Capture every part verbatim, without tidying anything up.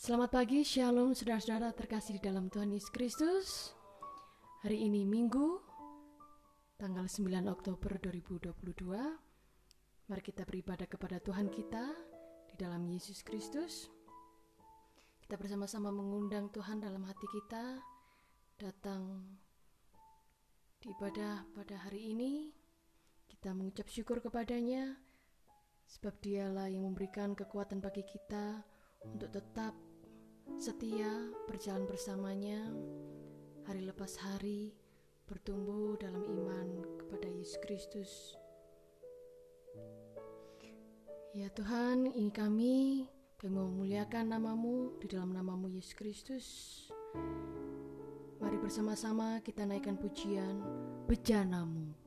Selamat pagi, Shalom saudara-saudara terkasih di dalam Tuhan Yesus Kristus. Hari ini Minggu, tanggal sembilan Oktober dua ribu dua puluh dua. Mari kita beribadah kepada Tuhan kita di dalam Yesus Kristus. Kita bersama-sama mengundang Tuhan dalam hati kita datang di ibadah pada hari ini. Kita mengucap syukur kepadanya, sebab Dialah yang memberikan kekuatan bagi kita untuk tetap setia berjalan bersamanya hari lepas hari, bertumbuh dalam iman kepada Yesus Kristus. Ya Tuhan, ini kami kami memuliakan nama-Mu di dalam nama-Mu Yesus Kristus. Mari bersama-sama kita naikkan pujian bejana-Mu.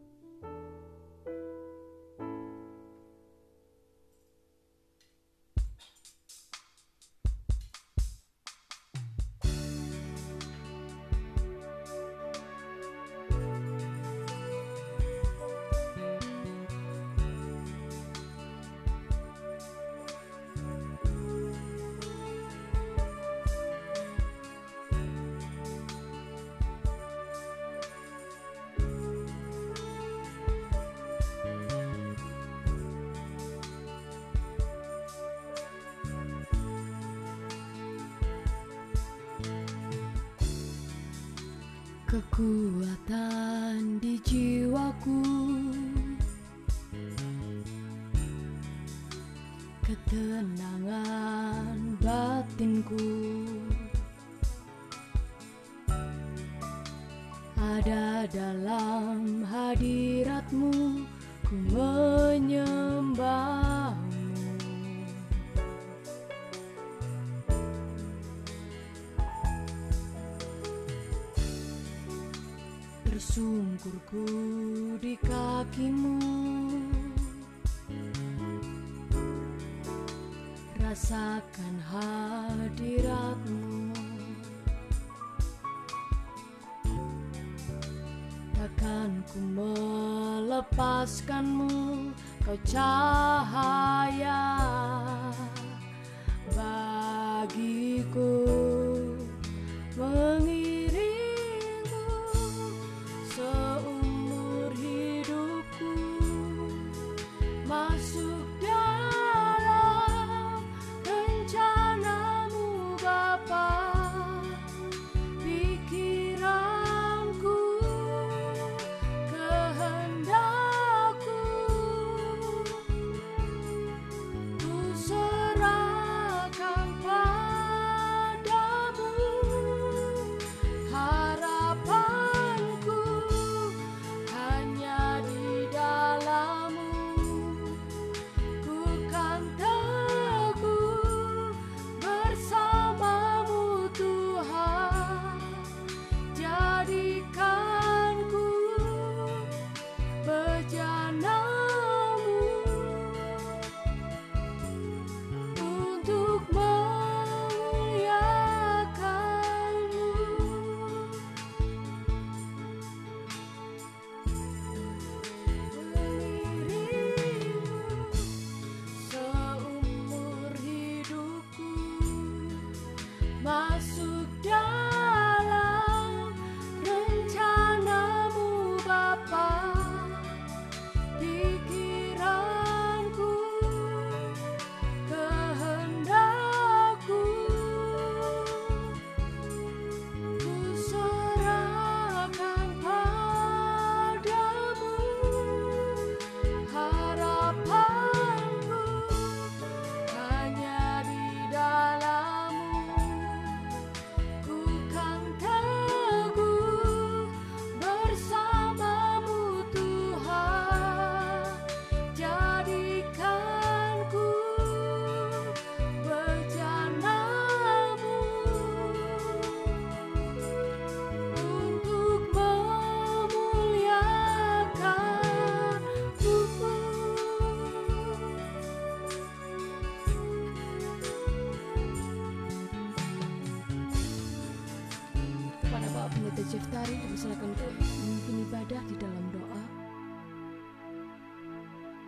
Kekuatan di jiwaku, ketenangan batinku, ada dalam hadirat-Mu, ku menyembah-Mu. Bersungkurku di kaki-Mu, rasakan hadirat-Mu. Takkan ku melepaskan-Mu, Kau cahaya bagiku, mengiringku seumur hidupku, masuk dalam rencana-Mu Bapa. Pikiranku, kehendakku, ku serahkan padamu. Harapanku hanya di dalam-Mu, ku kan teguh bersama-Mu Tuhan. Jadikanku bejana-Mu untuk memuliakan-Mu. Mengiringmu seumur hidupku, masuk dalam rencana-Mu Bapa. Pikiranku, kehendakku, ku serahkan padamu. Harapanku hanya di dalam-Mu, ku kan teguh bersama-Mu Tuhan. Jadikanku bejana-Mu untuk memuliakan-Mu. Kepada Bapak Pendeta Jeftari, dipersilakan untuk memimpin ibadah di dalam doa.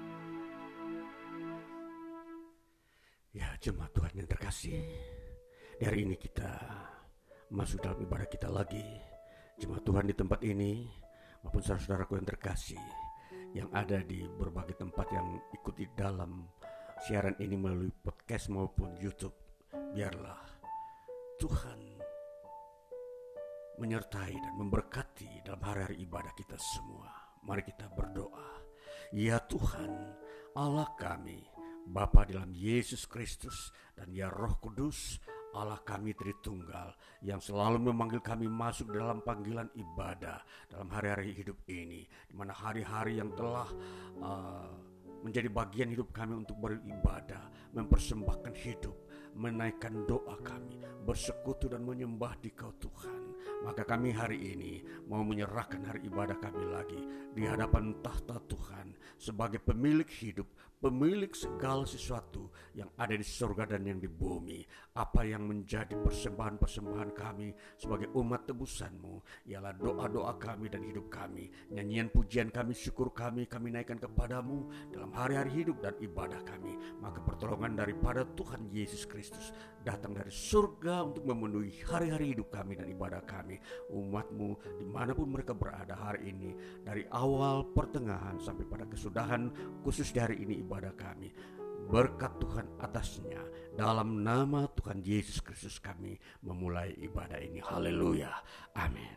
Ya, jemaat Tuhan yang terkasih, Di hari ini kita masuk dalam ibadah kita lagi. Jemaat Tuhan di tempat ini maupun saudara-saudaraku yang terkasih yang ada di berbagai tempat yang ikuti dalam siaran ini melalui podcast maupun YouTube. Biarlah Tuhan menyertai dan memberkati dalam hari-hari ibadah kita semua. Mari kita berdoa. Ya Tuhan, Allah kami, Bapa dalam Yesus Kristus, dan ya Roh Kudus, Allah kami Tritunggal yang selalu memanggil kami masuk dalam panggilan ibadah dalam hari-hari hidup ini, di mana hari-hari yang telah uh, menjadi bagian hidup kami untuk beribadah, mempersembahkan hidup, menaikkan doa kami, bersekutu dan menyembah di Kau Tuhan. Maka kami hari ini mau menyerahkan hari ibadah kami lagi di hadapan tahta Tuhan sebagai pemilik hidup, pemilik segala sesuatu yang ada di surga dan yang di bumi. Apa yang menjadi persembahan-persembahan kami sebagai umat tebusan-Mu ialah doa-doa kami dan hidup kami, nyanyian pujian kami, syukur kami, kami naikkan kepadamu dalam hari-hari hidup dan ibadah kami. Maka pertolongan daripada Tuhan Yesus Kristus datang dari surga untuk memenuhi hari-hari hidup kami dan ibadah kami. Umat-Mu dimanapun mereka berada hari ini, dari awal, pertengahan sampai pada kesudahan khusus di hari ini ibadah kami, berkat Tuhan atasnya. Dalam nama Tuhan Yesus Kristus kami memulai ibadah ini. Haleluya, amin.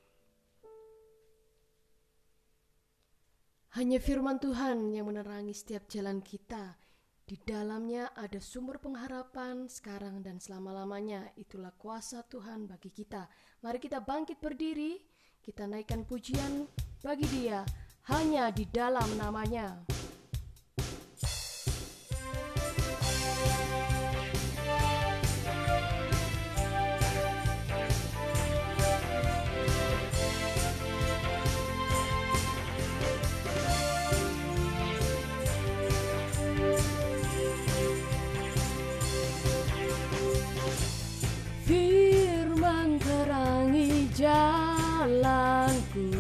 Hanya firman Tuhan yang menerangi setiap jalan kita. Di dalamnya ada sumber pengharapan sekarang dan selama-lamanya. Itulah kuasa Tuhan bagi kita. Mari kita bangkit berdiri, kita naikkan pujian bagi Dia, hanya di dalam namanya. Firman terangi jalanku,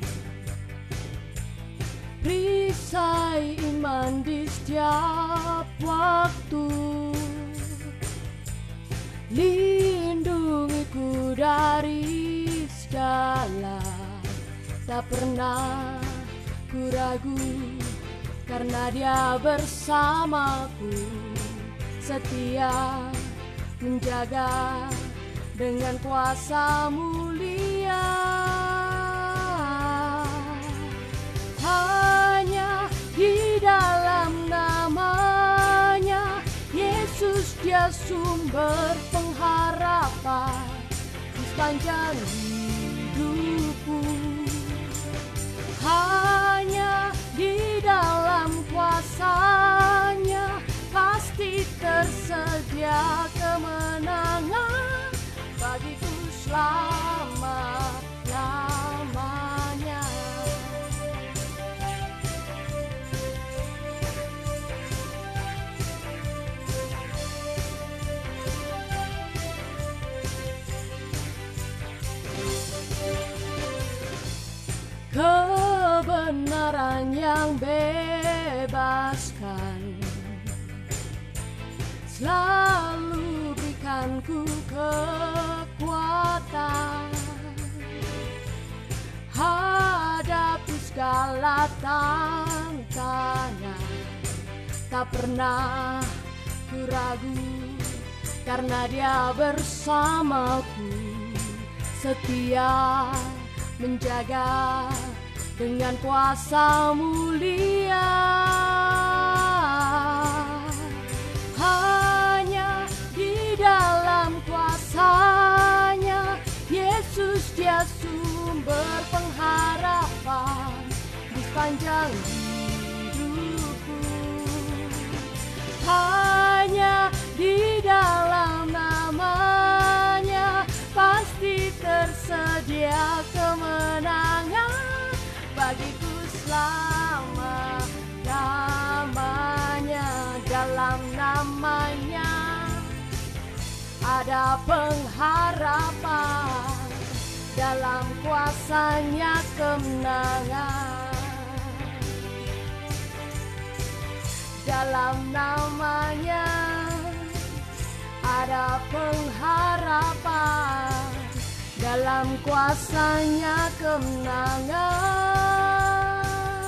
perisai iman di setiap waktu, lindungiku dari segala, tak pernah ku ragu, karena Dia bersamaku, setia menjaga dengan kuasa mulia. Hanya di dalam namanya Yesus, Dia sumber pengharapan di sepanjang hidupku. Hanya di dalam kuasa-Nya pasti tersedia kemenangan bagiku selama-lamanya. Kebenaran yang bebaskan selalu berikan ku kekuatan, hadapi segala tantangan. Tak pernah ku ragu, karena Dia bersamaku, setia menjaga dengan kuasa mulia. Hanya di dalam kuasa-Nya Yesus, Dia sumber pengharapan di sepanjang hidupku. Hanya di dalam namanya pasti tersedia kemenangan bagiku selama-lamanya. Dalam namanya ada pengharapan, dalam kuasa-Nya kemenangan. Dalam namanya ada pengharapan, dalam kuasa-Nya kemenangan.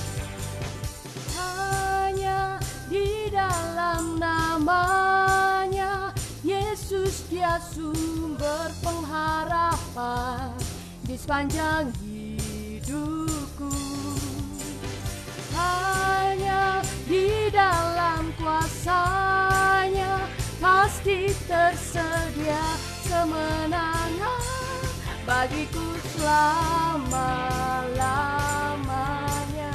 Hanya di dalam nama-Nya Yesus, Dia sumber pengharapan di sepanjang hidupku. Hanya di dalam kuasa-Nya pasti tersedia kemenangan bagiku selama-lamanya.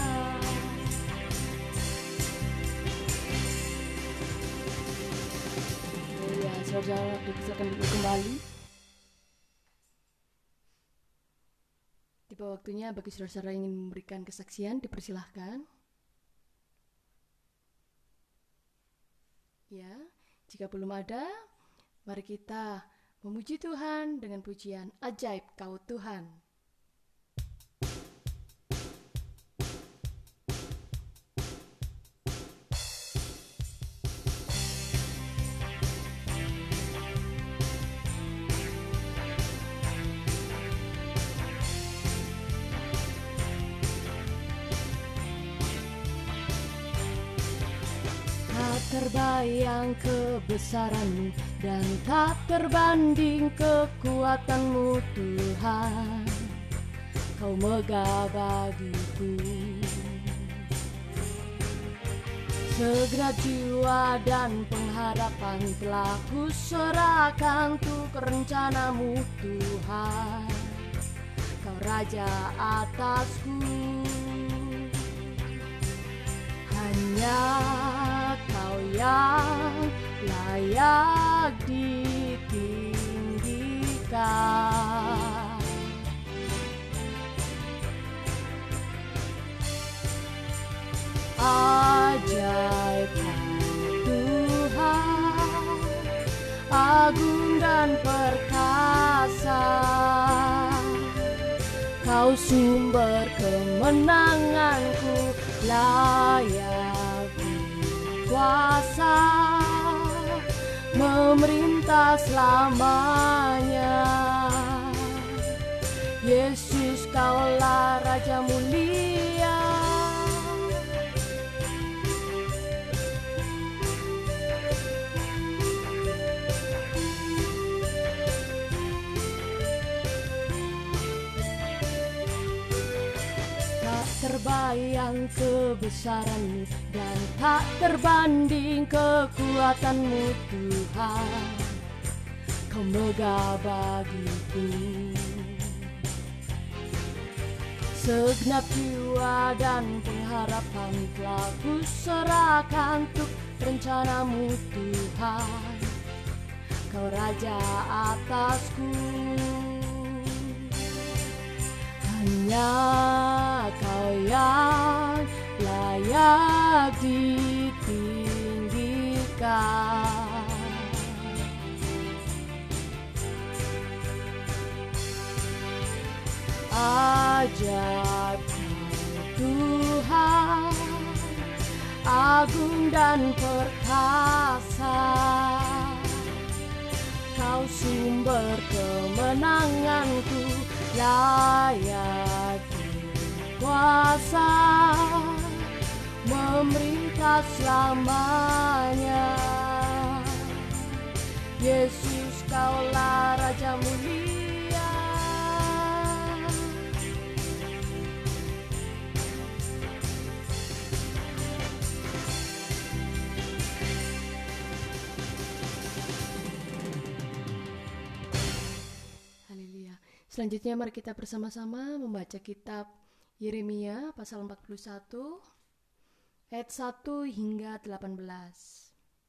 Ya, saudara, dipersilakan duduk kembali. Tiba waktunya bagi saudara-saudara yang ingin memberikan kesaksian, dipersilahkan. Ya, jika belum ada, mari kita memuji Tuhan dengan pujian Ajaib Kau Tuhan. Terbayang kebesaran-Mu dan tak terbanding kekuatan-Mu Tuhan. Kau megah bagiku. Segenap jiwa dan pengharapan telah kuserahkan untuk rencana-Mu Tuhan. Kau Raja atasku. Hanya Kau yang layak ditinggikan. Ajaib Tuhan, agung dan perkasa. Kau sumber kemenanganku, layak kuasa memerintah selamanya. Yesus, Kaulah Raja mulia. Tak terbayang kebesaran-Mu dan tak terbanding kekuatan-Mu Tuhan. Kau megah bagiku. Segenap jiwa dan pengharapan telah kuserahkan untuk rencana-Mu Tuhan. Kau Raja atasku. Hanya Kau yang layak ditinggikan. Ajaib Tuhan, agung dan perkasa. Kau sumber kemenanganku, layak kuasa memerintah selamanya. Yesus, Kaulah Raja mulia. Haleluya. Selanjutnya mari kita bersama-sama membaca kitab Yeremia pasal empat puluh satu ayat satu hingga delapan belas.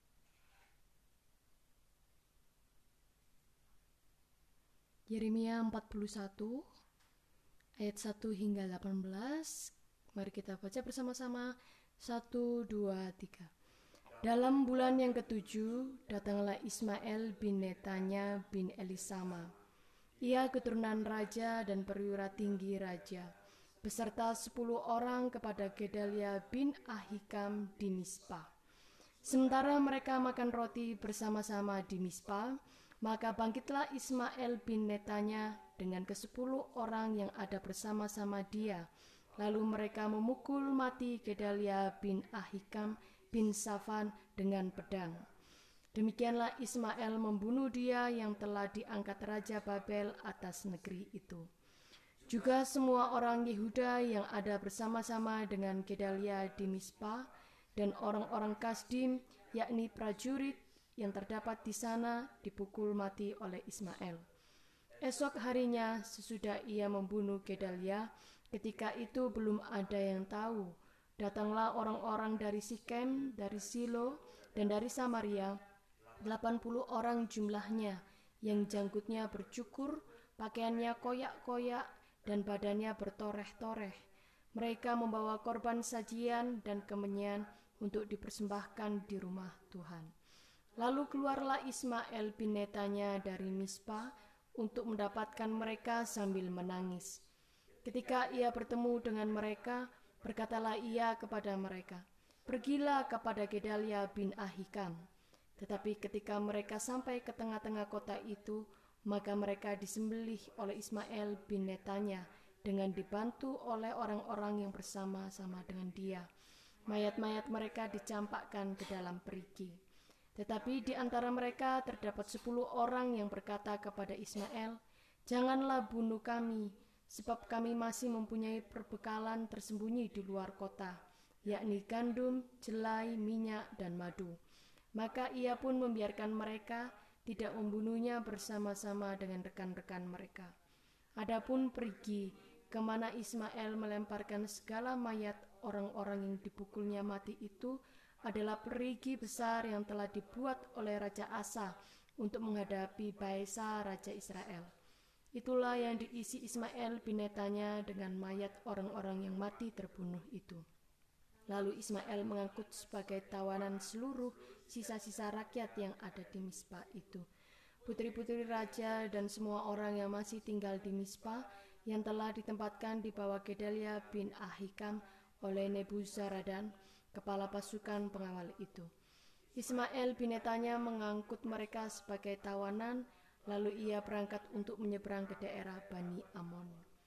Yeremia empat puluh satu ayat satu hingga delapan belas. Mari kita baca bersama-sama. satu, dua, tiga. Dalam bulan yang ketujuh datanglah Ismail bin Netanya bin Elisama. Ia keturunan raja dan perwira tinggi raja, beserta sepuluh orang kepada Gedalia bin Ahikam di Mispa. Sementara mereka makan roti bersama-sama di Mispa, maka bangkitlah Ismail bin Netanya dengan kesepuluh orang yang ada bersama-sama dia. Lalu mereka memukul mati Gedalia bin Ahikam bin Safan dengan pedang. Demikianlah Ismail membunuh dia yang telah diangkat Raja Babel atas negeri itu. Juga semua orang Yehuda yang ada bersama-sama dengan Gedalia di Mispa dan orang-orang Kasdim, yakni prajurit yang terdapat di sana, dipukul mati oleh Ismail. Esok harinya sesudah ia membunuh Gedalia, ketika itu belum ada yang tahu, datanglah orang-orang dari Sikem, dari Silo, dan dari Samaria, delapan puluh orang jumlahnya, yang janggutnya bercukur, pakaiannya koyak-koyak, dan badannya bertoreh-toreh. Mereka membawa korban sajian dan kemenyan untuk dipersembahkan di rumah Tuhan. Lalu keluarlah Ismail bin Netanya dari Mispa untuk mendapatkan mereka sambil menangis. Ketika ia bertemu dengan mereka, berkatalah ia kepada mereka, "Pergilah kepada Gedalia bin Ahikam." Tetapi ketika mereka sampai ke tengah-tengah kota itu, maka mereka disembelih oleh Ismail bin Netanya dengan dibantu oleh orang-orang yang bersama-sama dengan dia. Mayat-mayat mereka dicampakkan ke dalam perigi. Tetapi di antara mereka terdapat sepuluh orang yang berkata kepada Ismail, "Janganlah bunuh kami, sebab kami masih mempunyai perbekalan tersembunyi di luar kota, yakni gandum, jelai, minyak, dan madu." Maka ia pun membiarkan mereka, tidak membunuhnya bersama-sama dengan rekan-rekan mereka. Adapun pergi, kemana Ismail melemparkan segala mayat orang-orang yang dipukulnya mati itu, adalah perigi besar yang telah dibuat oleh Raja Asa untuk menghadapi Baesa Raja Israel. Itulah yang diisi Ismail bin Netanya dengan mayat orang-orang yang mati terbunuh itu. Lalu Ismail mengangkut sebagai tawanan seluruh sisa-sisa rakyat yang ada di Mispa itu, putri-putri raja dan semua orang yang masih tinggal di Mispa, yang telah ditempatkan di bawah Gedalia bin Ahikam oleh Nebuzaradan, kepala pasukan pengawal itu. Ismail bin Netanya mengangkut mereka sebagai tawanan, lalu ia berangkat untuk menyeberang ke daerah Bani Amon.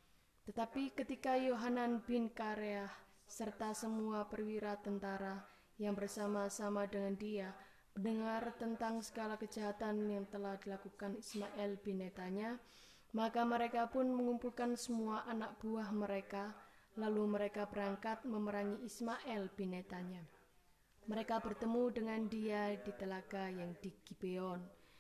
Tetapi ketika Yohanan bin Kareah serta semua perwira tentara yang bersama-sama dengan dia mendengar tentang segala kejahatan yang telah dilakukan Ismail bin Netanya, maka mereka pun mengumpulkan semua anak buah mereka, lalu mereka berangkat memerangi Ismail bin Netanya. Mereka bertemu dengan dia di telaga yang di Gibeon.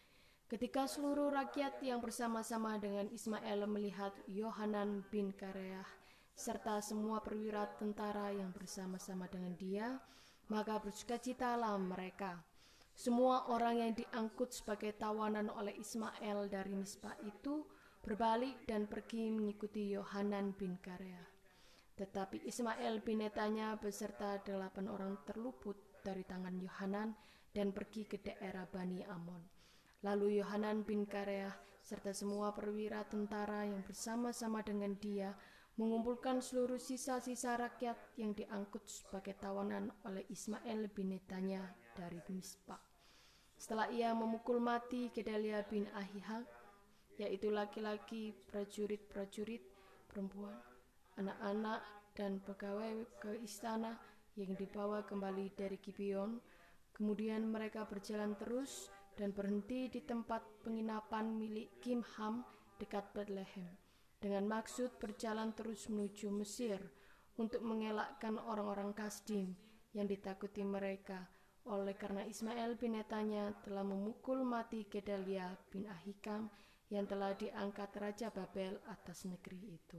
Ketika seluruh rakyat yang bersama-sama dengan Ismail melihat Yohanan bin Kareah serta semua perwira tentara yang bersama-sama dengan dia, maka bersukacitalah mereka. Semua orang yang diangkut sebagai tawanan oleh Ismail dari Mispa itu berbalik dan pergi mengikuti Yohanan bin Kareah. Tetapi Ismail bin Netanya beserta delapan orang terluput dari tangan Yohanan dan pergi ke daerah Bani Amon. Lalu Yohanan bin Kareah serta semua perwira tentara yang bersama-sama dengan dia mengumpulkan seluruh sisa-sisa rakyat yang diangkut sebagai tawanan oleh Ismail bin Netanya dari Mispa. Setelah ia memukul mati Gedalia bin Ahikam, yaitu laki-laki, prajurit-prajurit, perempuan, anak-anak, dan pegawai ke istana yang dibawa kembali dari Gibeon, kemudian mereka berjalan terus dan berhenti di tempat penginapan milik Kimham dekat Bethlehem, dengan maksud berjalan terus menuju Mesir untuk mengelakkan orang-orang Kasdim yang ditakuti mereka, oleh karena Ismail bin Netanya telah memukul mati Gedalia bin Ahikam yang telah diangkat Raja Babel atas negeri itu.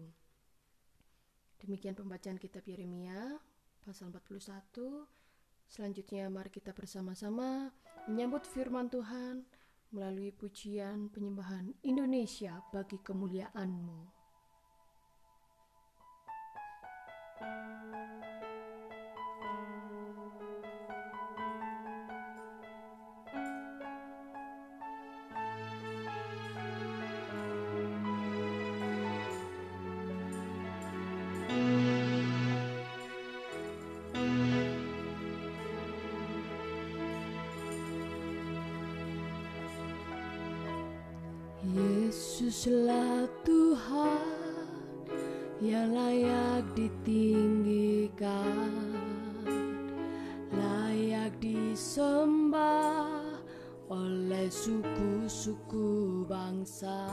Demikian pembacaan kitab Yeremia pasal empat puluh satu. Selanjutnya mari kita bersama-sama menyambut firman Tuhan melalui pujian penyembahan Indonesia bagi kemuliaan-Mu. Yesuslah Tuhan yang layak ditinggikan, layak disembah oleh suku-suku bangsa.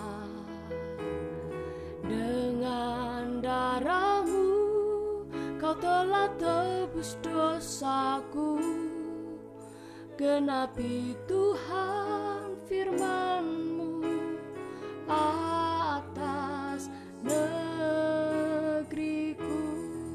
Dengan darah-Mu Kau telah tebus dosaku, genapi Tuhan firman-Mu atas negeriku.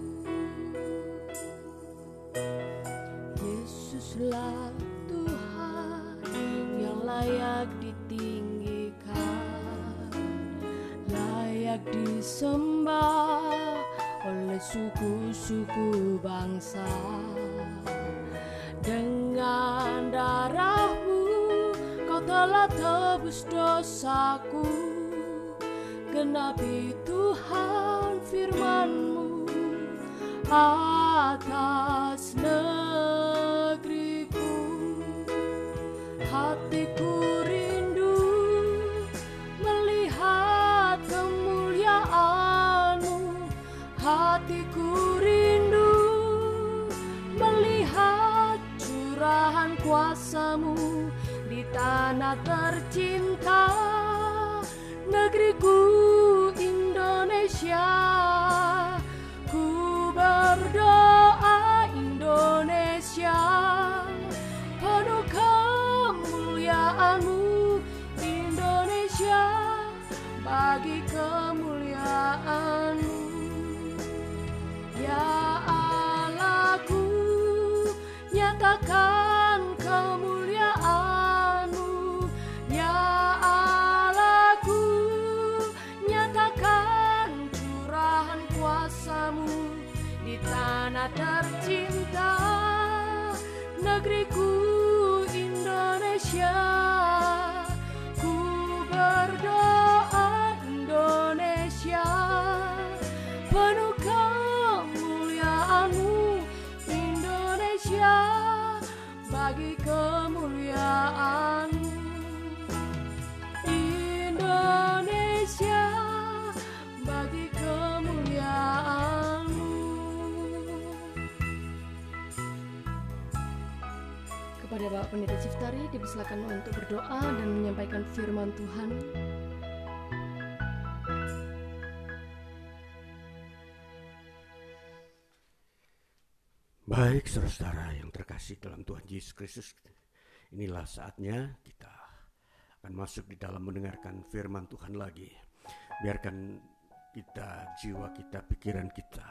Yesuslah Tuhan yang layak ditinggikan, layak disembah oleh suku-suku bangsa. Dengan darah-Mu Kau telah tebus dosaku, genapi Tuhan firman-Mu atas negeriku. Hatiku rindu melihat kemuliaan-Mu, hatiku rindu melihat curahan kuasa-Mu di tanah tercinta, negeriku Indonesia. Ku berdoa Indonesia penuh kemuliaan-Mu, Indonesia bagi kemuliaan-Mu. Ya Allahku, nyatakan kemuliaan-Mu. Ya Allahku, nyatakan curahan kuasa-Mu di tanah tercinta, negeriku Indonesia. Ku berdoa Indonesia penuh kemuliaan-Mu, Indonesia bagi kemuliaan-Mu. Indonesia bagi kemuliaan-Mu. Kepada Bapak Pendeta Ciftari dipersilakan untuk berdoa dan menyampaikan firman Tuhan. Baik, saudara-saudara yang terkasih dalam Tuhan Yesus Kristus, inilah saatnya kita akan masuk di dalam mendengarkan firman Tuhan lagi. Biarkan kita, jiwa kita, pikiran kita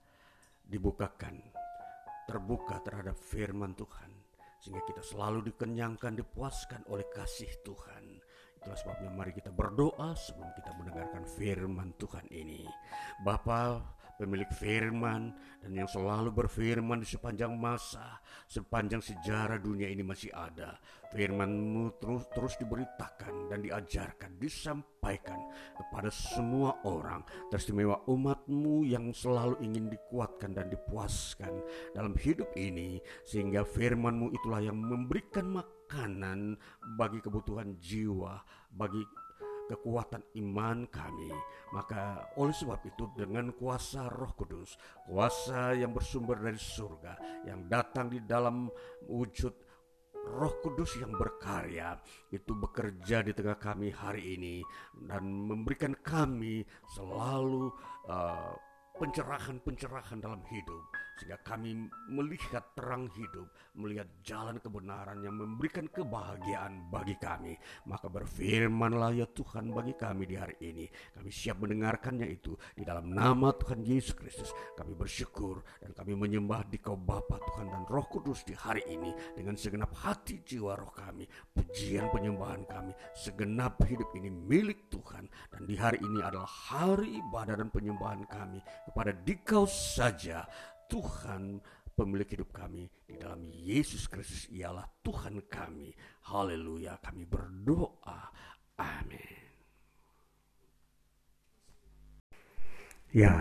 dibukakan, terbuka terhadap firman Tuhan, sehingga kita selalu dikenyangkan, dipuaskan oleh kasih Tuhan. Itulah sebabnya mari kita berdoa sebelum kita mendengarkan firman Tuhan ini. Bapa, pemilik firman dan yang selalu berfirman di sepanjang masa, sepanjang sejarah dunia ini masih ada. Firman-Mu terus terus diberitakan dan diajarkan, disampaikan kepada semua orang, teristimewa umat-Mu yang selalu ingin dikuatkan dan dipuaskan dalam hidup ini, sehingga firman-Mu itulah yang memberikan makanan bagi kebutuhan jiwa, bagi kekuatan iman kami. Maka oleh sebab itu, dengan kuasa Roh Kudus, kuasa yang bersumber dari surga, yang datang di dalam wujud Roh Kudus yang berkarya, itu bekerja di tengah kami hari ini dan memberikan kami selalu uh, pencerahan-pencerahan dalam hidup, sehingga kami melihat terang hidup, melihat jalan kebenaran yang memberikan kebahagiaan bagi kami. Maka berfirmanlah ya Tuhan bagi kami di hari ini. Kami siap mendengarkannya itu di dalam nama Tuhan Yesus Kristus. Kami bersyukur dan kami menyembah Dikau Bapa, Tuhan dan Roh Kudus di hari ini dengan segenap hati, jiwa, roh kami. Pujian penyembahan kami, segenap hidup ini milik Tuhan, dan di hari ini adalah hari ibadah dan penyembahan kami kepada Dikau saja, Tuhan pemilik hidup kami. Di dalam Yesus Kristus ialah Tuhan kami. Haleluya, kami berdoa. Amin. Ya,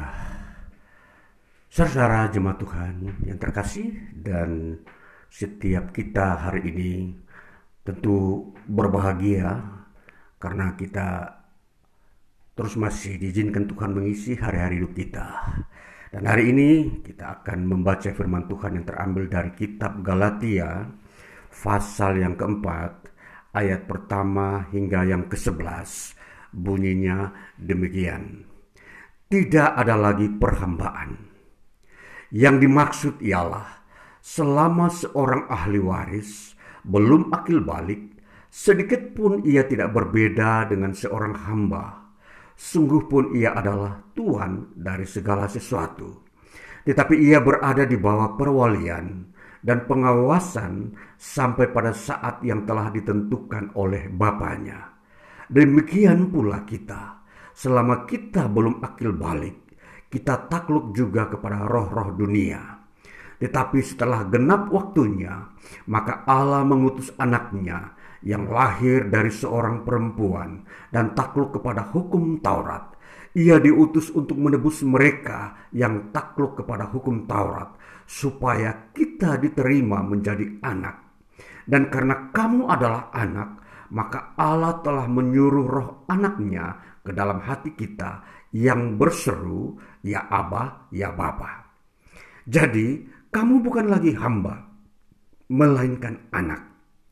saudara jemaat Tuhan yang terkasih, dan setiap kita hari ini tentu berbahagia karena kita terus masih diizinkan Tuhan mengisi hari-hari hidup kita. Dan hari ini kita akan membaca firman Tuhan yang terambil dari kitab Galatia pasal yang keempat ayat pertama hingga yang kesebelas. Bunyinya demikian. Tidak ada lagi perhambaan. Yang dimaksud ialah selama seorang ahli waris belum akil balik, sedikit pun ia tidak berbeda dengan seorang hamba. Sungguh pun ia adalah Tuhan dari segala sesuatu. Tetapi ia berada di bawah perwalian dan pengawasan sampai pada saat yang telah ditentukan oleh Bapaknya. Demikian pula kita, selama kita belum akil balik, kita takluk juga kepada roh-roh dunia. Tetapi setelah genap waktunya, maka Allah mengutus anaknya yang lahir dari seorang perempuan dan takluk kepada hukum Taurat. Ia diutus untuk menebus mereka yang takluk kepada hukum Taurat, supaya kita diterima menjadi anak. Dan karena kamu adalah anak, maka Allah telah menyuruh roh anaknya ke dalam hati kita yang berseru, ya Aba, ya Bapa. Jadi kamu bukan lagi hamba, melainkan anak.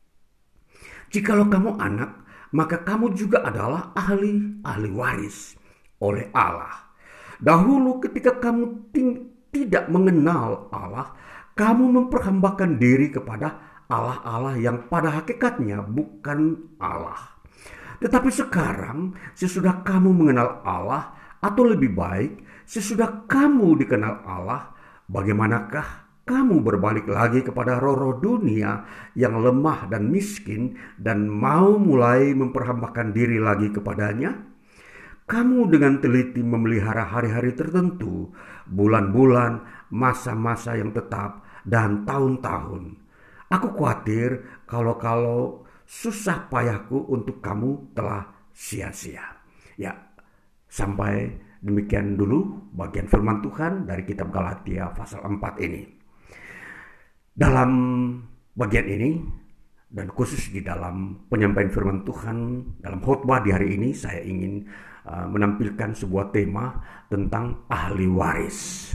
Jikalau kamu anak, maka kamu juga adalah ahli-ahli waris oleh Allah. Dahulu ketika kamu ting- tidak mengenal Allah, kamu memperhambakan diri kepada Allah-Allah yang pada hakikatnya bukan Allah. Tetapi sekarang, sesudah kamu mengenal Allah, atau lebih baik, sesudah kamu dikenal Allah, bagaimanakah kamu berbalik lagi kepada roh-roh dunia yang lemah dan miskin dan mau mulai memperhambakan diri lagi kepadanya? Kamu dengan teliti memelihara hari-hari tertentu, bulan-bulan, masa-masa yang tetap, dan tahun-tahun. Aku khawatir kalau-kalau susah payahku untuk kamu telah sia-sia. Ya, sampai demikian dulu bagian firman Tuhan dari kitab Galatia pasal empat ini. Dalam bagian ini, dan khusus di dalam penyampaian firman Tuhan dalam khotbah di hari ini, saya ingin uh, menampilkan sebuah tema tentang ahli waris.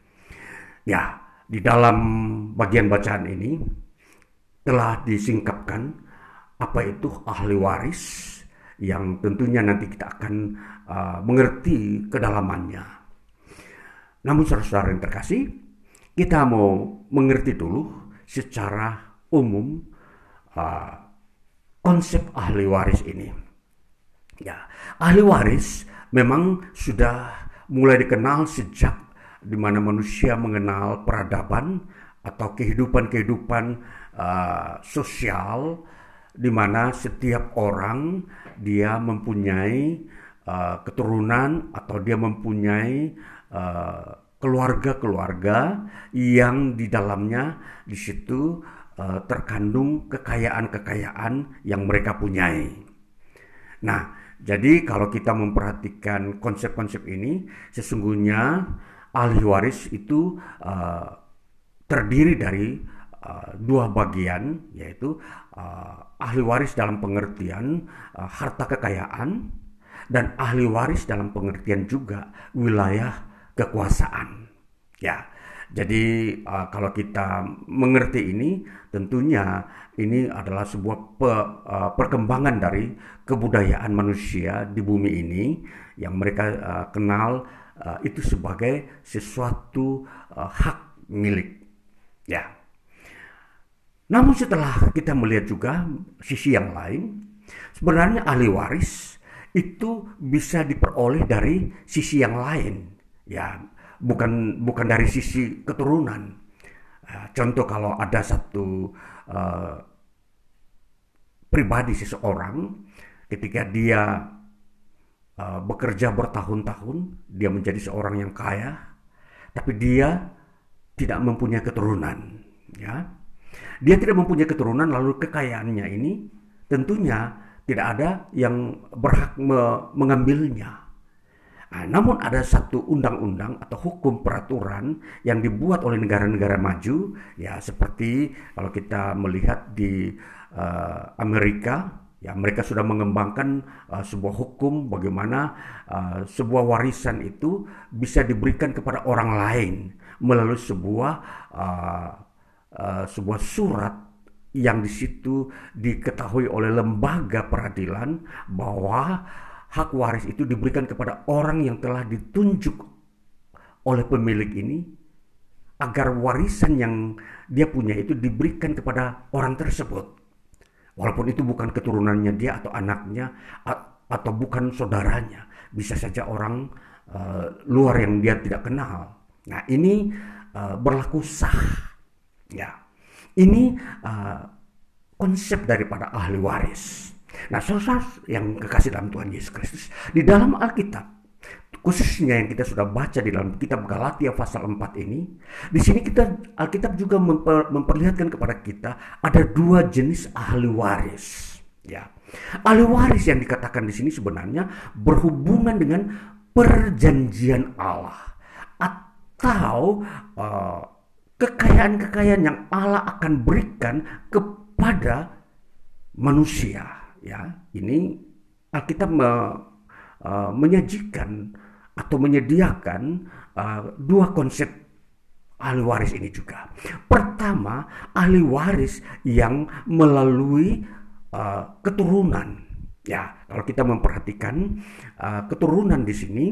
Ya, di dalam bagian bacaan ini telah disingkapkan apa itu ahli waris, yang tentunya nanti kita akan uh, mengerti kedalamannya. Namun saudara-saudara yang terkasih, kita mau mengerti dulu secara umum uh, konsep ahli waris ini. Ya, ahli waris memang sudah mulai dikenal sejak di mana manusia mengenal peradaban atau kehidupan-kehidupan uh, sosial, di mana setiap orang dia mempunyai uh, keturunan atau dia mempunyai uh, keluarga-keluarga yang di dalamnya di situ uh, terkandung kekayaan-kekayaan yang mereka punyai. Nah, jadi kalau kita memperhatikan konsep-konsep ini, sesungguhnya ahli waris itu uh, terdiri dari uh, dua bagian, yaitu uh, ahli waris dalam pengertian uh, harta kekayaan dan ahli waris dalam pengertian juga wilayah kekuasaan. Ya, jadi uh, kalau kita mengerti ini, tentunya ini adalah sebuah pe, uh, perkembangan dari kebudayaan manusia di bumi ini yang mereka uh, kenal uh, itu sebagai sesuatu uh, hak milik. Ya. Namun setelah kita melihat juga sisi yang lain, sebenarnya ahli waris itu bisa diperoleh dari sisi yang lain. Ya, bukan bukan dari sisi keturunan. Uh, contoh kalau ada satu uh, pribadi seseorang, ketika dia uh, bekerja bertahun-tahun, dia menjadi seorang yang kaya, tapi dia tidak mempunyai keturunan. Ya, dia tidak mempunyai keturunan, lalu kekayaannya ini tentunya tidak ada yang berhak me- mengambilnya. Nah, namun ada satu undang-undang atau hukum peraturan yang dibuat oleh negara-negara maju, ya seperti kalau kita melihat di uh, Amerika, Ya, mereka sudah mengembangkan uh, sebuah hukum bagaimana uh, sebuah warisan itu bisa diberikan kepada orang lain melalui sebuah uh, uh, sebuah surat yang di situ diketahui oleh lembaga peradilan bahwa hak waris itu diberikan kepada orang yang telah ditunjuk oleh pemilik ini agar warisan yang dia punya itu diberikan kepada orang tersebut. Walaupun itu bukan keturunannya dia atau anaknya atau bukan saudaranya, bisa saja orang uh, luar yang dia tidak kenal. Nah, ini uh, berlaku sah. Ya, ini uh, konsep daripada ahli waris. Nah, saudara yang kekasih dalam Tuhan Yesus Kristus, di dalam Alkitab, khususnya yang kita sudah baca di dalam kitab Galatia pasal empat ini, di sini kita Alkitab juga memper, memperlihatkan kepada kita ada dua jenis ahli waris. Ya, ahli waris yang dikatakan di sini sebenarnya berhubungan dengan perjanjian Allah atau uh, kekayaan-kekayaan yang Allah akan berikan kepada manusia. Ya, ini Alkitab me, uh, menyajikan atau menyediakan uh, dua konsep ahli waris ini juga. Pertama, ahli waris yang melalui uh, keturunan. Ya, kalau kita memperhatikan uh, keturunan di sini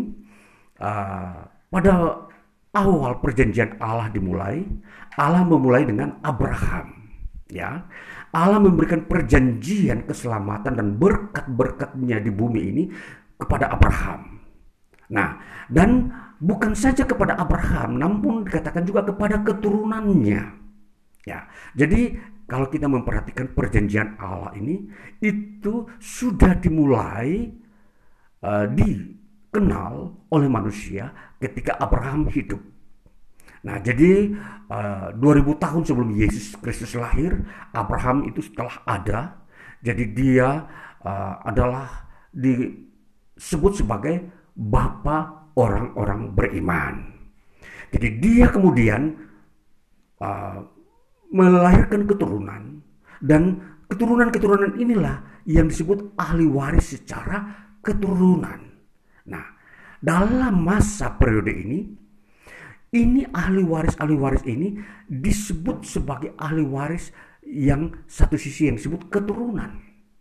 uh, pada awal perjanjian Allah dimulai, Allah memulai dengan Abraham. Ya, Allah memberikan perjanjian keselamatan dan berkat-berkatnya di bumi ini kepada Abraham. Nah, dan bukan saja kepada Abraham, namun dikatakan juga kepada keturunannya. Ya, jadi kalau kita memperhatikan perjanjian Allah ini, itu sudah dimulai uh, dikenal oleh manusia ketika Abraham hidup. Nah, jadi uh, dua ribu tahun sebelum Yesus Kristus lahir, Abraham itu telah ada. Jadi dia uh, adalah disebut sebagai bapa orang-orang beriman. Jadi dia kemudian uh, melahirkan keturunan, dan keturunan-keturunan inilah yang disebut ahli waris secara keturunan. Nah, dalam masa periode ini, ini ahli waris-ahli waris ini disebut sebagai ahli waris yang satu sisi yang disebut keturunan.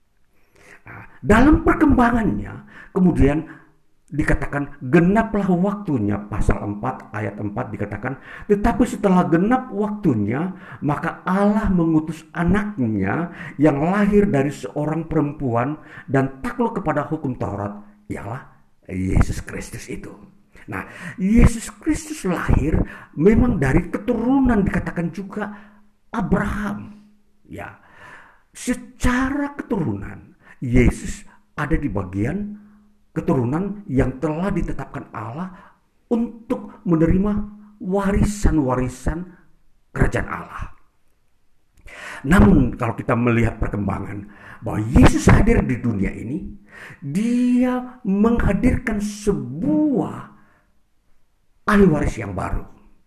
Nah, dalam perkembangannya kemudian dikatakan genaplah waktunya, pasal empat ayat empat dikatakan, tetapi setelah genap waktunya maka Allah mengutus anaknya yang lahir dari seorang perempuan dan takluk kepada hukum Taurat, ialah Yesus Kristus itu. Nah, Yesus Kristus lahir memang dari keturunan dikatakan juga Abraham. Ya, secara keturunan Yesus ada di bagian keturunan yang telah ditetapkan Allah untuk menerima warisan-warisan kerajaan Allah. Namun kalau kita melihat perkembangan bahwa Yesus hadir di dunia ini, dia menghadirkan sebuah ahli waris yang baru,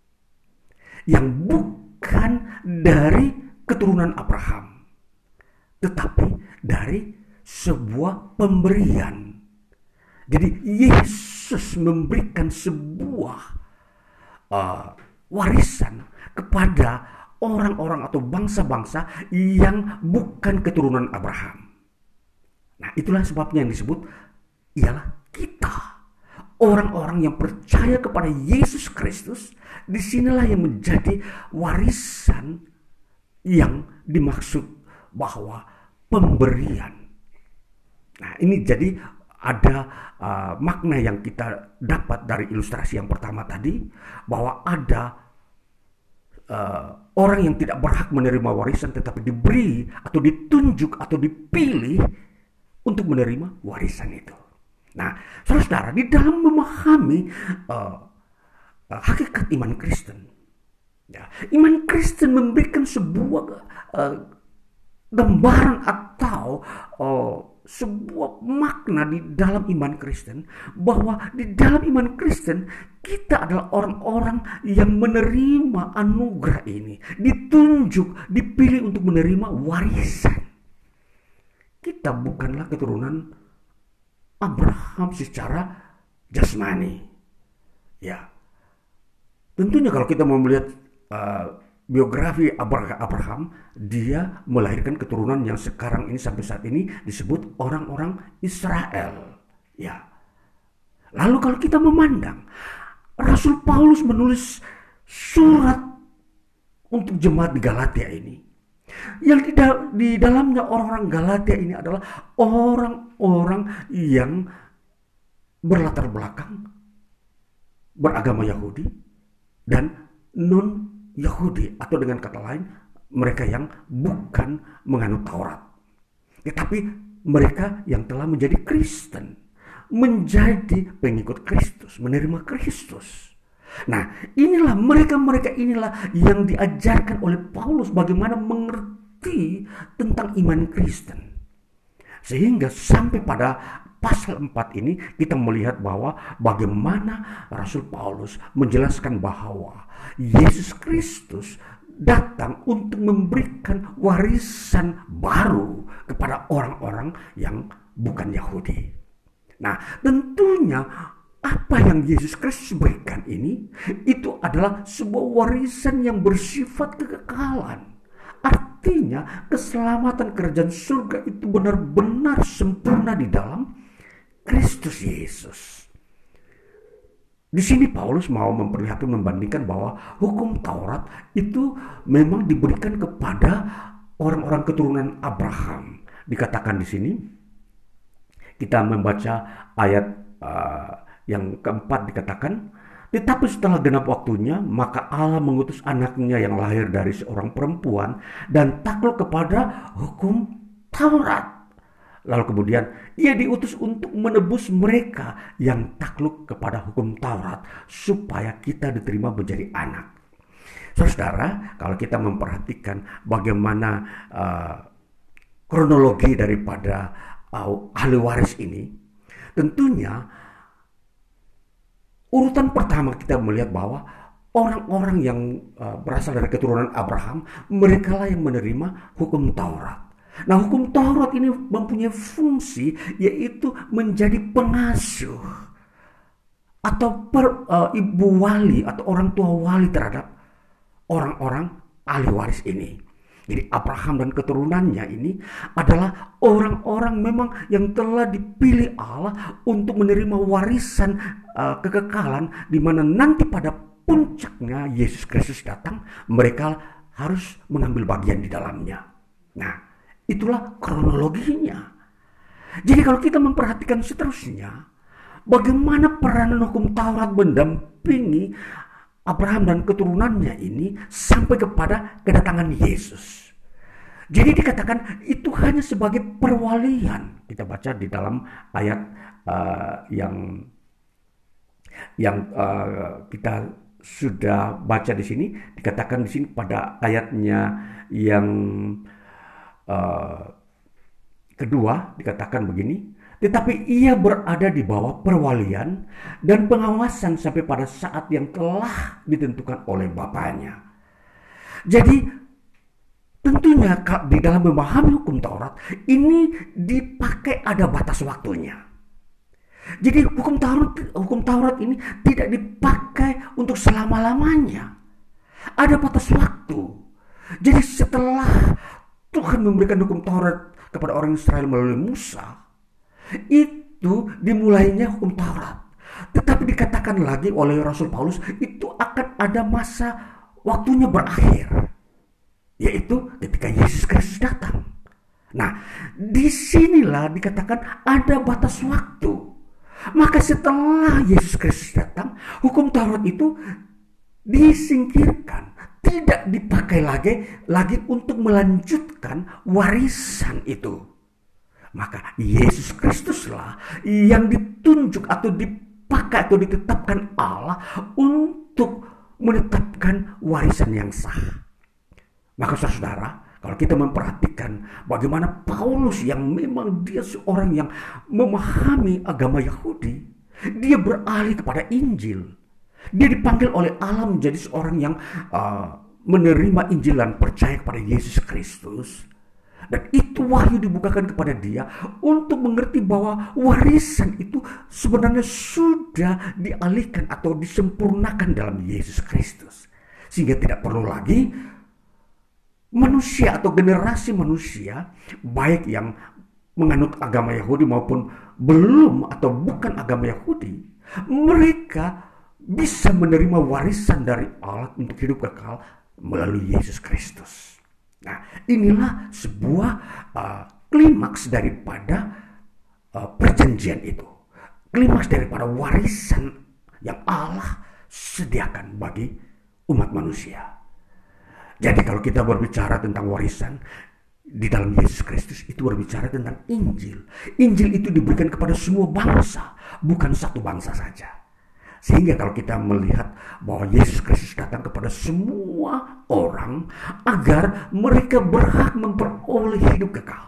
yang bukan dari keturunan Abraham, tetapi dari sebuah pemberian. Jadi Yesus memberikan sebuah uh, warisan kepada orang-orang atau bangsa-bangsa yang bukan keturunan Abraham. Nah, itulah sebabnya yang disebut ialah kita. Orang-orang yang percaya kepada Yesus Kristus, disinilah yang menjadi warisan yang dimaksud bahwa pemberian. Nah, ini jadi ada uh, makna yang kita dapat dari ilustrasi yang pertama tadi, bahwa ada uh, orang yang tidak berhak menerima warisan tetapi diberi atau ditunjuk atau dipilih untuk menerima warisan itu. Nah, saudara-saudara, di dalam memahami uh, uh, hakikat iman Kristen, ya, iman Kristen memberikan sebuah uh, gambaran atau uh, sebuah makna di dalam iman Kristen, bahwa di dalam iman Kristen kita adalah orang-orang yang menerima anugerah ini, ditunjuk, dipilih untuk menerima warisan. kita bukanlah keturunan Abraham secara jasmani. Ya, tentunya kalau kita mau melihat uh, biografi Abraham, dia melahirkan keturunan yang sekarang ini sampai saat ini disebut orang-orang Israel. Ya. Lalu kalau kita memandang, Rasul Paulus menulis surat untuk jemaat di Galatia ini. Yang di, di dalamnya orang-orang Galatia ini adalah orang-orang yang berlatar belakang beragama Yahudi dan non-Yahudi, atau dengan kata lain mereka yang bukan menganut Taurat, tetapi mereka yang telah menjadi Kristen, menjadi pengikut Kristus, menerima Kristus. Nah, inilah mereka-mereka inilah yang diajarkan oleh Paulus bagaimana mengerti tentang iman Kristen. Sehingga sampai pada pasal empat ini kita melihat bahwa bagaimana Rasul Paulus menjelaskan bahwa Yesus Kristus datang untuk memberikan warisan baru kepada orang-orang yang bukan Yahudi. Nah, tentunya apa yang Yesus Kristus berikan ini itu adalah sebuah warisan yang bersifat kekekalan. Artinya keselamatan kerajaan surga itu benar-benar sempurna di dalam Kristus Yesus. Di sini Paulus mau memperlihatkan, membandingkan bahwa hukum Taurat itu memang diberikan kepada orang-orang keturunan Abraham. Dikatakan di sini, kita membaca ayat uh, yang keempat, dikatakan, tetapi setelah genap waktunya, maka Allah mengutus anaknya yang lahir dari seorang perempuan dan takluk kepada hukum Taurat. Lalu kemudian ia diutus untuk menebus mereka yang takluk kepada hukum Taurat, supaya kita diterima menjadi anak. Saudara, kalau kita memperhatikan bagaimana uh, kronologi daripada uh, ahli waris ini, tentunya urutan pertama kita melihat bahwa orang-orang yang uh, berasal dari keturunan Abraham, mereka lah yang menerima hukum Taurat. Nah, hukum Taurat ini mempunyai fungsi yaitu menjadi pengasuh atau per, uh, ibu wali atau orang tua wali terhadap orang-orang ahli waris ini. Jadi Abraham dan keturunannya ini adalah orang-orang memang yang telah dipilih Allah untuk menerima warisan uh, kekekalan, di mana nanti pada puncaknya Yesus Kristus datang, mereka harus mengambil bagian di dalamnya. Nah, itulah kronologinya. Jadi kalau kita memperhatikan seterusnya, bagaimana peranan hukum Taurat mendampingi Abraham dan keturunannya ini sampai kepada kedatangan Yesus. Jadi dikatakan itu hanya sebagai perwalian. Kita baca di dalam ayat uh, yang yang uh, kita sudah baca di sini. Dikatakan di sini pada ayatnya yang uh, kedua, dikatakan begini. Tetapi ia berada di bawah perwalian dan pengawasan sampai pada saat yang telah ditentukan oleh Bapaknya. Jadi tentunya di dalam memahami hukum Taurat ini dipakai ada batas waktunya. Jadi hukum Taurat, hukum Taurat ini tidak dipakai untuk selama-lamanya. Ada batas waktu. Jadi setelah Tuhan memberikan hukum Taurat kepada orang Israel melalui Musa, itu dimulainya hukum Taurat. Tetapi dikatakan lagi oleh Rasul Paulus, itu akan ada masa waktunya berakhir, yaitu ketika Yesus Kristus datang. Nah, disinilah dikatakan ada batas waktu. Maka setelah Yesus Kristus datang, hukum Taurat itu disingkirkan, tidak dipakai lagi lagi untuk melanjutkan warisan itu. Maka Yesus Kristuslah yang ditunjuk atau dipakai atau ditetapkan Allah untuk menetapkan warisan yang sah. Maka saudara, kalau kita memperhatikan bagaimana Paulus yang memang dia seorang yang memahami agama Yahudi, dia beralih kepada Injil. Dia dipanggil oleh Allah menjadi seorang yang uh, menerima Injil dan percaya kepada Yesus Kristus. Dan itu wahyu dibukakan kepada dia untuk mengerti bahwa warisan itu sebenarnya sudah dialihkan atau disempurnakan dalam Yesus Kristus. Sehingga tidak perlu lagi manusia atau generasi manusia, baik yang menganut agama Yahudi maupun belum atau bukan agama Yahudi, mereka bisa menerima warisan dari Allah untuk hidup kekal melalui Yesus Kristus. Nah, inilah sebuah uh, klimaks daripada uh, perjanjian itu. Klimaks daripada warisan yang Allah sediakan bagi umat manusia. Jadi kalau kita berbicara tentang warisan di dalam Yesus Kristus, itu berbicara tentang Injil. Injil itu diberikan kepada semua bangsa, bukan satu bangsa saja. Sehingga kalau kita melihat bahwa Yesus Kristus datang kepada semua orang agar mereka berhak memperoleh hidup kekal.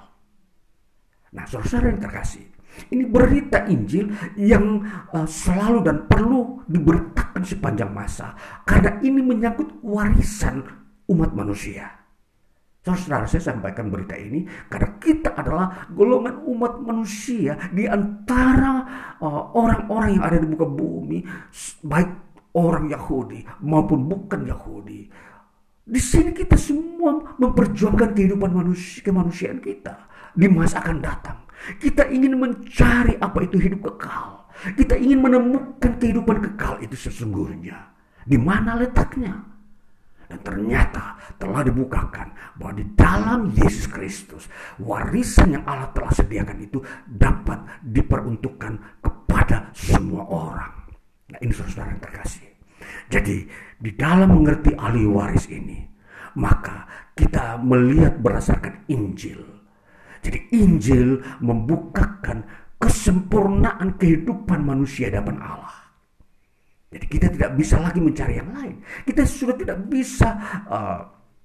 Nah, saudara yang terkasih, ini berita Injil yang uh, selalu dan perlu diberitakan sepanjang masa, karena ini menyangkut warisan umat manusia. Saudara, saya sampaikan berita ini karena kita adalah golongan umat manusia di antara uh, orang-orang yang ada di muka bumi, baik orang Yahudi maupun bukan Yahudi. Di sini kita semua memperjuangkan kehidupan manusia, kemanusiaan kita di masa akan datang. Kita ingin mencari apa itu hidup kekal. Kita ingin menemukan kehidupan kekal itu sesungguhnya. Di mana letaknya? Dan ternyata telah dibukakan bahwa di dalam Yesus Kristus warisan yang Allah telah sediakan itu dapat diperuntukkan kepada semua orang. Nah, ini saudara yang terkasih. Jadi di dalam mengerti ahli waris ini, maka kita melihat berdasarkan Injil. Jadi Injil membukakan kesempurnaan kehidupan manusia di hadapan Allah. Jadi kita tidak bisa lagi mencari yang lain. Kita sudah tidak bisa uh,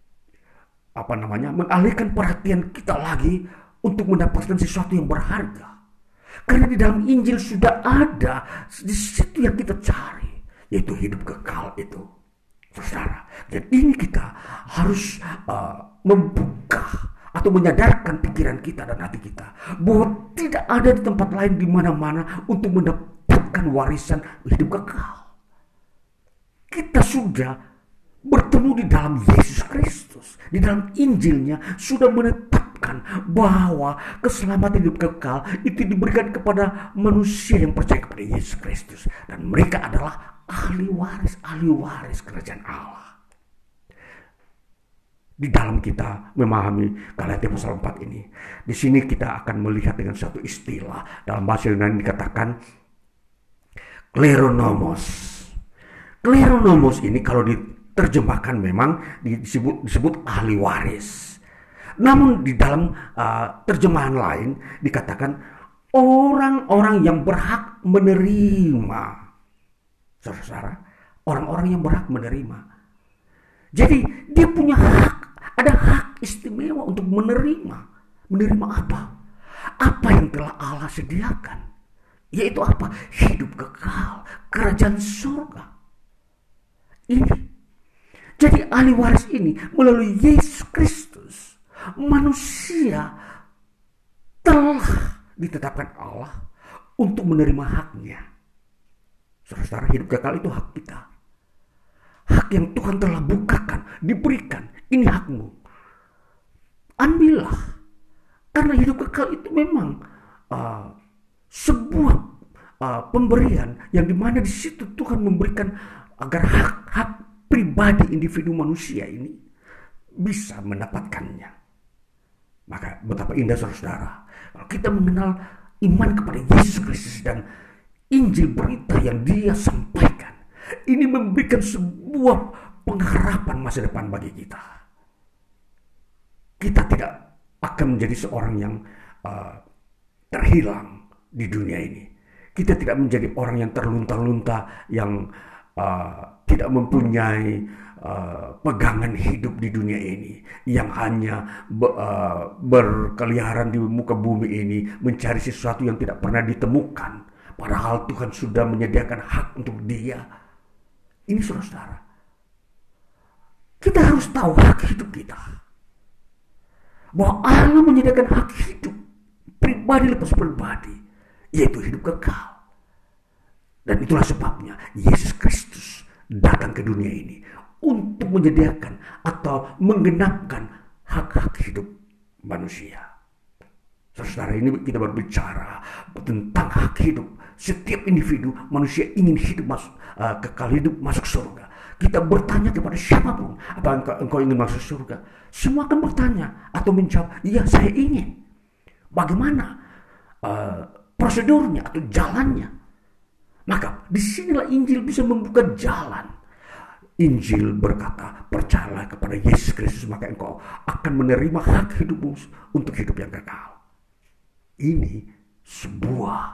apa namanya mengalihkan perhatian kita lagi untuk mendapatkan sesuatu yang berharga. Karena di dalam Injil sudah ada di situ yang kita cari, yaitu hidup kekal itu, saudara. Dan ini kita harus uh, membuka atau menyadarkan pikiran kita dan hati kita bahwa tidak ada di tempat lain di mana-mana untuk mendapatkan warisan hidup kekal. Kita sudah bertemu di dalam Yesus Kristus. Di dalam Injilnya sudah menetapkan bahwa keselamatan hidup kekal itu diberikan kepada manusia yang percaya kepada Yesus Kristus. Dan mereka adalah ahli waris, ahli waris kerajaan Allah. Di dalam kita memahami Galatia pasal empat ini, di sini kita akan melihat dengan satu istilah dalam bahasa Yunani dikatakan kleronomos. Kleronomos ini kalau diterjemahkan memang disebut disebut ahli waris. Namun di dalam uh, terjemahan lain dikatakan orang-orang yang berhak menerima. Saudara-saudara, orang-orang yang berhak menerima. Jadi dia punya hak, ada hak istimewa untuk menerima. Menerima apa? Apa yang telah Allah sediakan. Yaitu apa? Hidup kekal, kerajaan surga. Ini. Jadi ahli waris ini melalui Yesus Kristus, manusia telah ditetapkan Allah untuk menerima haknya. Saudara, hidup kekal itu hak kita. Hak yang Tuhan telah bukakan, diberikan. Ini hakmu. Ambillah. Karena hidup kekal itu memang uh, sebuah uh, pemberian yang dimana di situ Tuhan memberikan agar hak-hak pribadi individu manusia ini bisa mendapatkannya. Maka betapa indah saudara, kalau kita mengenal iman kepada Yesus Kristus dan Injil berita yang dia sampaikan, ini memberikan sebuah pengharapan masa depan bagi kita. Kita tidak akan menjadi seorang yang uh, terhilang di dunia ini. Kita tidak menjadi orang yang terlunta-lunta, yang Uh, tidak mempunyai uh, pegangan hidup di dunia ini, yang hanya be, uh, berkeliaran di muka bumi ini mencari sesuatu yang tidak pernah ditemukan, padahal Tuhan sudah menyediakan hak untuk dia. Ini saudara, kita harus tahu hak hidup kita. bahwa Allah menyediakan hak hidup pribadi lepas pribadi, yaitu hidup kekal. Dan itulah sebabnya Yesus Kristus datang ke dunia ini untuk menyediakan atau menggenapkan hak-hak hidup manusia. Saudara, ini kita berbicara tentang hak hidup. Setiap individu manusia ingin hidup masuk, uh, kekal hidup masuk surga. Kita bertanya kepada siapapun, apa engkau, engkau ingin masuk surga? Semua akan bertanya atau menjawab, iya saya ingin. Bagaimana uh, prosedurnya atau jalannya? Maka disinilah Injil bisa membuka jalan. Injil berkata, percayalah kepada Yesus Kristus, maka engkau akan menerima hak hidupmu untuk hidup yang kekal. Ini sebuah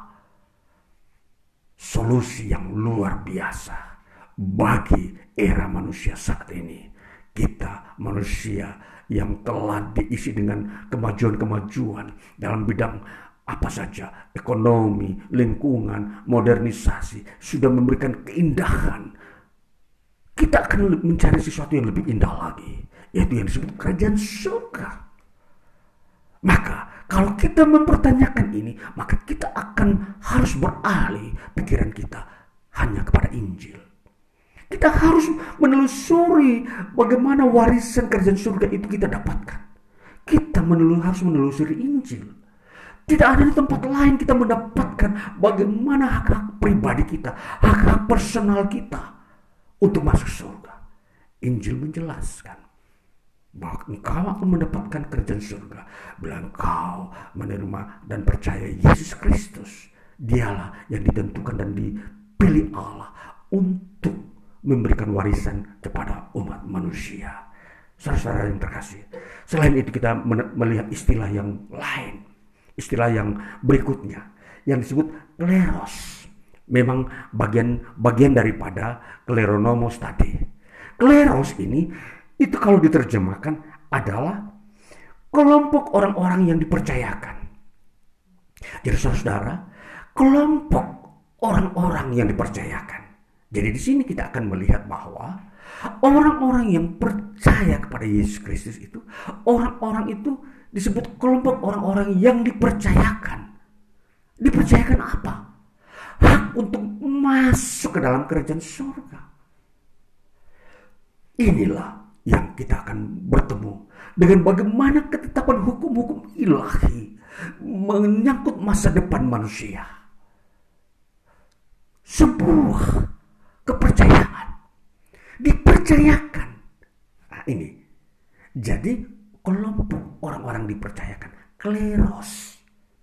solusi yang luar biasa bagi era manusia saat ini. Kita manusia yang telah diisi dengan kemajuan-kemajuan dalam bidang apa saja, ekonomi, lingkungan, modernisasi, sudah memberikan keindahan. Kita akan mencari sesuatu yang lebih indah lagi, yaitu yang disebut kerajaan surga. Maka kalau kita mempertanyakan ini, maka kita akan harus beralih pikiran kita hanya kepada Injil. Kita harus menelusuri bagaimana warisan kerajaan surga itu kita dapatkan. Kita menelus, harus menelusuri Injil. Tidak ada di tempat lain kita mendapatkan bagaimana hak-hak pribadi kita, hak-hak personal kita untuk masuk surga. Injil menjelaskan bahwa engkau akan mendapatkan kerajaan surga bila engkau menerima dan percaya Yesus Kristus. Dialah yang ditentukan dan dipilih Allah untuk memberikan warisan kepada umat manusia. Saudara-saudara yang terkasih, selain itu kita melihat istilah yang lain. Istilah yang berikutnya yang disebut kleros. Memang bagian-bagian daripada kleronomos tadi. Kleros ini itu kalau diterjemahkan adalah kelompok orang-orang yang dipercayakan. Jadi saudara, kelompok orang-orang yang dipercayakan. Jadi di sini kita akan melihat bahwa orang-orang yang percaya kepada Yesus Kristus itu, orang-orang itu disebut kelompok orang-orang yang dipercayakan. Dipercayakan apa? Hak untuk masuk ke dalam kerajaan surga. Inilah yang kita akan bertemu dengan bagaimana ketetapan hukum-hukum ilahi menyangkut masa depan manusia. Sebuah kepercayaan. Dipercayakan. Nah, ini. Jadi kelompok orang-orang dipercayakan, kleros.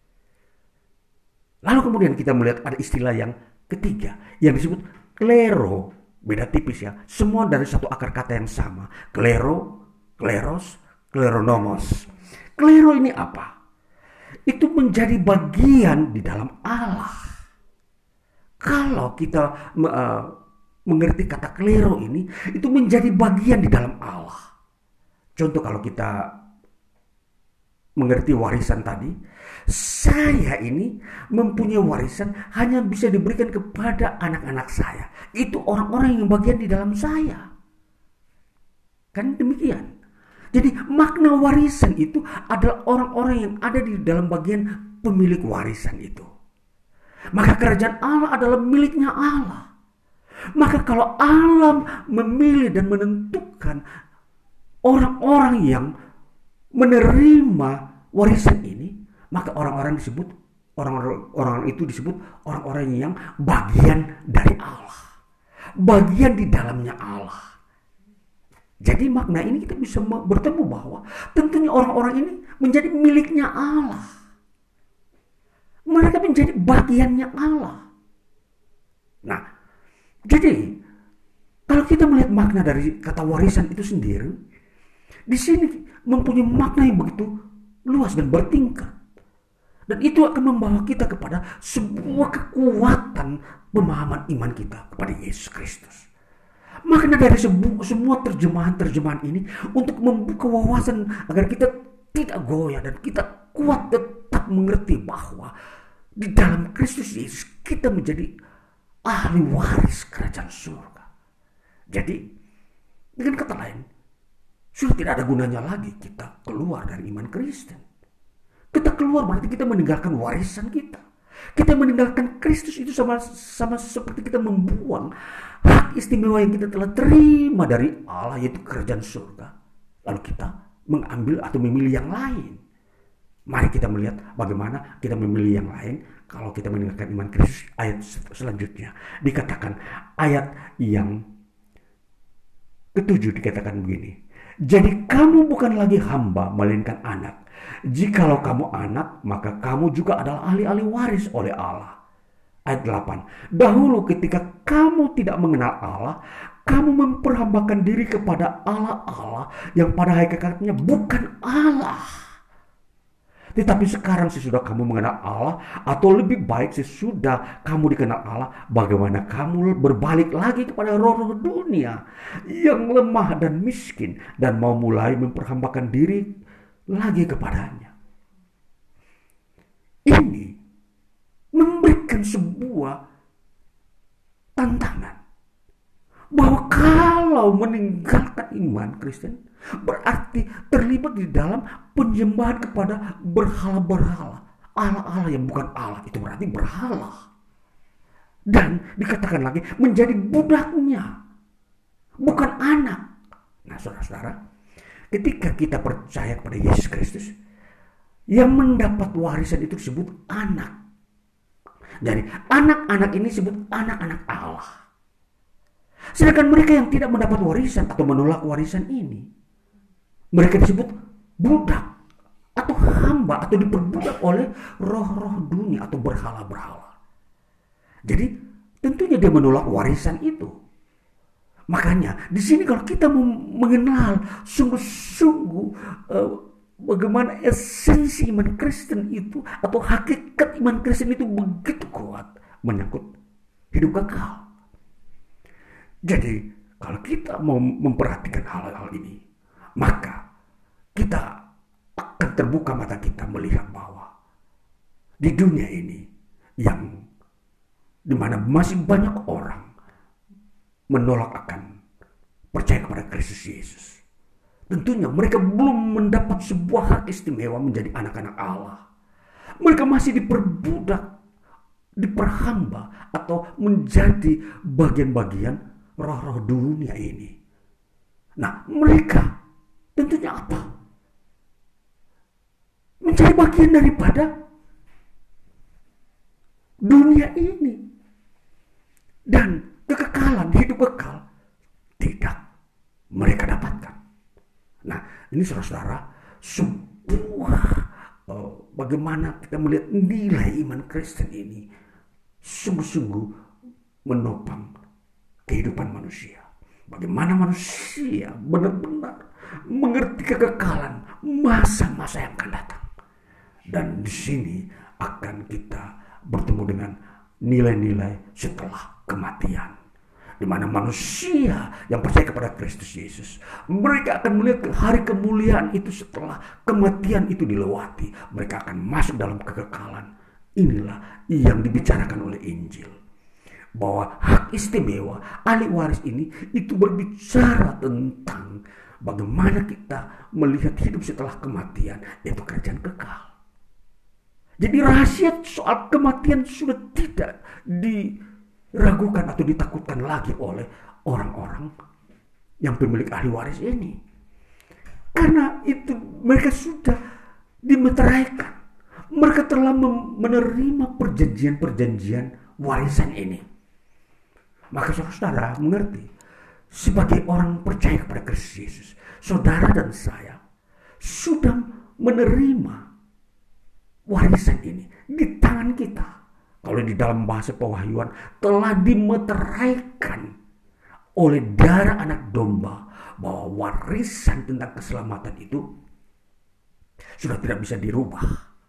Lalu kemudian kita melihat ada istilah yang ketiga yang disebut klero. Beda tipis ya, semua dari satu akar kata yang sama. Klero, kleros, kleronomos. Klero ini apa? Itu menjadi bagian di dalam Allah. Kalau kita uh, mengerti kata klero ini, itu menjadi bagian di dalam Allah. Contoh kalau kita mengerti warisan tadi, saya ini mempunyai warisan hanya bisa diberikan kepada anak-anak saya. Itu orang-orang yang bagian di dalam saya. Kan demikian. Jadi makna warisan itu adalah orang-orang yang ada di dalam bagian pemilik warisan itu. Maka kerajaan Allah adalah miliknya Allah. Maka kalau Allah memilih dan menentukan orang-orang yang menerima warisan ini, maka orang-orang disebut orang-orang itu disebut orang-orang yang bagian dari Allah, bagian di dalamnya Allah. Jadi makna ini kita bisa bertemu bahwa tentunya orang-orang ini menjadi miliknya Allah. Mereka menjadi bagiannya Allah. Nah, jadi kalau kita melihat makna dari kata warisan itu sendiri, di sini mempunyai makna yang begitu luas dan bertingkat. Dan itu akan membawa kita kepada sebuah kekuatan pemahaman iman kita kepada Yesus Kristus. Makna dari sebu- semua terjemahan-terjemahan ini untuk membuka wawasan agar kita tidak goyah dan kita kuat tetap mengerti bahwa di dalam Kristus Yesus kita menjadi ahli waris kerajaan surga. Jadi dengan kata lain, sudah tidak ada gunanya lagi kita keluar dari iman Kristen. Kita keluar berarti kita meninggalkan warisan kita. Kita meninggalkan Kristus itu sama sama seperti kita membuang hak istimewa yang kita telah terima dari Allah, yaitu kerajaan surga. Lalu kita mengambil atau memilih yang lain. Mari kita melihat bagaimana kita memilih yang lain kalau kita meninggalkan iman Kristus. Ayat selanjutnya dikatakan, ayat yang ketujuh dikatakan begini. Jadi kamu bukan lagi hamba melainkan anak. Jikalau kamu anak, maka kamu juga adalah ahli-ahli waris oleh Allah. Ayat delapan. Dahulu ketika kamu tidak mengenal Allah, kamu memperhambakan diri kepada Allah-Allah yang pada hakikatnya bukan Allah. Tetapi sekarang sesudah kamu mengenal Allah, atau lebih baik sesudah kamu dikenal Allah, bagaimana kamu berbalik lagi kepada roh-roh dunia yang lemah dan miskin dan mau mulai memperhambakan diri lagi kepadanya. Ini memberikan sebuah tantangan bahwa kalau meninggalkan iman Kristen berarti terlibat di dalam penyembahan kepada berhala-berhala, Allah-Allah yang bukan Allah. Itu berarti berhala. Dan dikatakan lagi menjadi budaknya, bukan anak. Nah saudara-saudara, ketika kita percaya kepada Yesus Kristus, yang mendapat warisan itu disebut anak. Jadi anak-anak ini disebut anak-anak Allah. Sedangkan mereka yang tidak mendapat warisan atau menolak warisan ini, mereka disebut budak atau hamba atau diperbudak oleh roh-roh dunia atau berhala-berhala. Jadi tentunya dia menolak warisan itu. Makanya di sini kalau kita mengenal sungguh-sungguh uh, bagaimana esensi iman Kristen itu atau hakikat iman Kristen itu begitu kuat menyangkut hidup kekal. Jadi kalau kita mau memperhatikan hal-hal ini, maka kita akan terbuka mata kita melihat bahwa di dunia ini yang dimana masih banyak orang menolak akan percaya kepada Kristus Yesus. Tentunya mereka belum mendapat sebuah hak istimewa menjadi anak-anak Allah. Mereka masih diperbudak, diperhamba atau menjadi bagian-bagian roh-roh dunia ini. Nah, mereka tentunya apa? Menjadi bagian daripada dunia ini. Dan kekekalan, hidup kekal tidak mereka dapatkan. Nah, ini saudara-saudara, sebuah uh, bagaimana kita melihat nilai iman Kristen ini sungguh-sungguh menopang kehidupan manusia. Bagaimana manusia benar-benar mengerti kekekalan masa-masa yang akan datang. Dan di sini akan kita bertemu dengan nilai-nilai setelah kematian, di mana manusia yang percaya kepada Kristus Yesus, mereka akan melihat hari kemuliaan itu setelah kematian itu dilewati. Mereka akan masuk dalam kekekalan. Inilah yang dibicarakan oleh Injil, bahwa hak istimewa ahli waris ini itu berbicara tentang bagaimana kita melihat hidup setelah kematian, yaitu kerajaan kekal. Jadi rahasia soal kematian sudah tidak di ragukan atau ditakutkan lagi oleh orang-orang yang pemilik ahli waris ini. Karena itu mereka sudah dimeteraikan. Mereka telah menerima perjanjian-perjanjian warisan ini. Maka saudara mengerti, sebagai orang percaya kepada Kristus Yesus, saudara dan saya sudah menerima warisan ini di tangan kita. Kalau di dalam bahasa pewahyuan, telah dimeteraikan oleh darah anak domba, bahwa warisan tentang keselamatan itu sudah tidak bisa dirubah.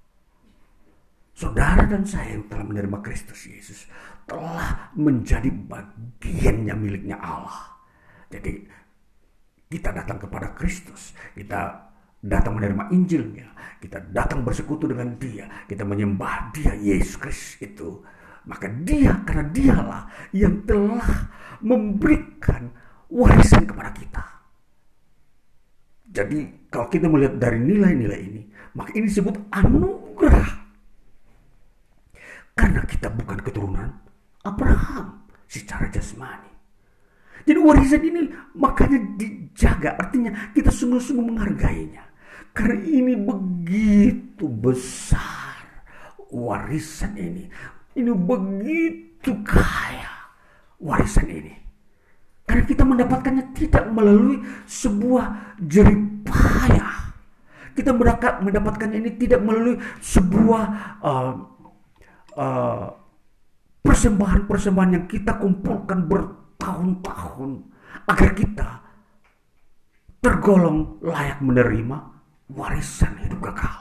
Saudara dan saya yang telah menerima Kristus Yesus telah menjadi bagiannya miliknya Allah. Jadi kita datang kepada Kristus, kita datang menerima Injilnya, kita datang bersekutu dengan Dia, kita menyembah Dia, Yesus Kristus itu. Maka Dia, karena Dialah yang telah memberikan warisan kepada kita. Jadi kalau kita melihat dari nilai-nilai ini, maka ini disebut anugerah. Karena kita bukan keturunan Abraham secara jasmani. Jadi warisan ini makanya dijaga, artinya kita sungguh-sungguh menghargainya. Karena ini begitu besar warisan ini. Ini begitu kaya warisan ini. Karena kita mendapatkannya tidak melalui sebuah jerih payah. Kita mendapatkannya ini tidak melalui sebuah uh, uh, persembahan-persembahan yang kita kumpulkan bertahun-tahun agar kita tergolong layak menerima warisan hidup kekal.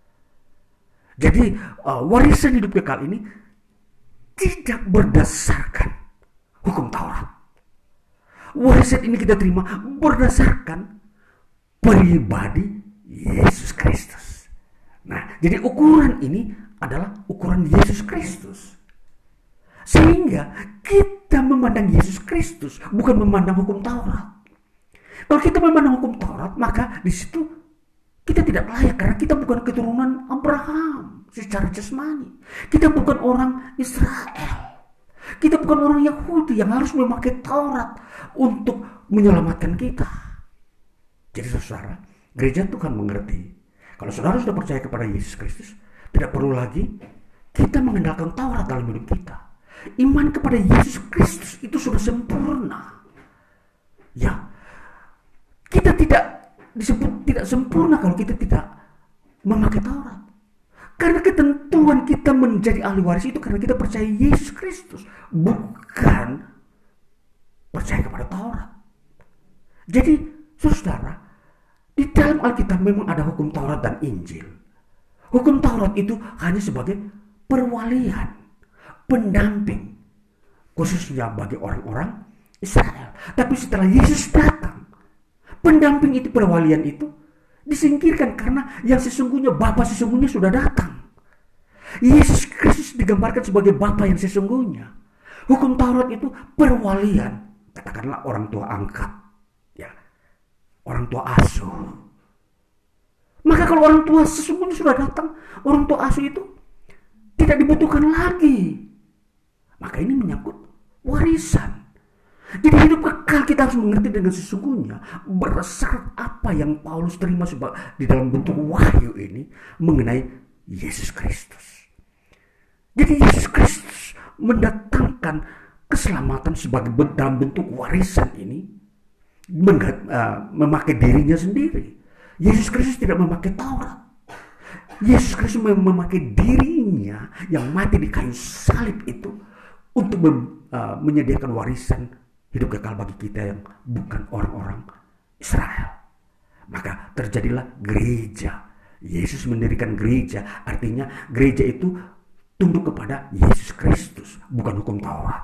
Jadi uh, warisan hidup kekal ini tidak berdasarkan hukum Taurat. Warisan ini kita terima berdasarkan pribadi Yesus Kristus. Nah, jadi ukuran ini adalah ukuran Yesus Kristus. Sehingga kita memandang Yesus Kristus bukan memandang hukum Taurat. Kalau kita memandang hukum Taurat, maka di situ kita tidak layak karena kita bukan keturunan Abraham secara jasmani. Kita bukan orang Israel. Kita bukan orang Yahudi yang harus memakai Taurat untuk menyelamatkan kita. Jadi saudara, gereja Tuhan mengerti. Kalau saudara sudah percaya kepada Yesus Kristus, tidak perlu lagi kita mengandalkan Taurat dalam hidup kita. Iman kepada Yesus Kristus itu sudah sempurna. Ya, kita tidak disebut tidak sempurna kalau kita tidak memakai Taurat. Karena ketentuan kita menjadi ahli waris itu karena kita percaya Yesus Kristus, bukan percaya kepada Taurat. Jadi, saudara, di dalam Alkitab memang ada hukum Taurat dan Injil. Hukum Taurat itu hanya sebagai perwalian, pendamping, khususnya bagi orang-orang Israel. Tapi setelah Yesus datang, pendamping itu, perwalian itu disingkirkan karena yang sesungguhnya Bapa sesungguhnya sudah datang. Yesus Kristus digambarkan sebagai Bapa yang sesungguhnya. Hukum Taurat itu perwalian, katakanlah orang tua angkat, ya, orang tua asuh. Maka kalau orang tua sesungguhnya sudah datang, orang tua asuh itu tidak dibutuhkan lagi. Maka ini menyangkut warisan. Jadi hidup kekal kita harus mengerti dengan sesungguhnya berdasarkan apa yang Paulus terima di dalam bentuk wahyu ini mengenai Yesus Kristus. Jadi Yesus Kristus mendatangkan keselamatan sebagai dalam bentuk warisan ini memakai dirinya sendiri. Yesus Kristus tidak memakai Taurat. Yesus Kristus memakai dirinya yang mati di kayu salib itu untuk menyediakan warisan hidup kekal bagi kita yang bukan orang-orang Israel. Maka terjadilah gereja. Yesus mendirikan gereja. Artinya gereja itu tunduk kepada Yesus Kristus, bukan hukum Taurat.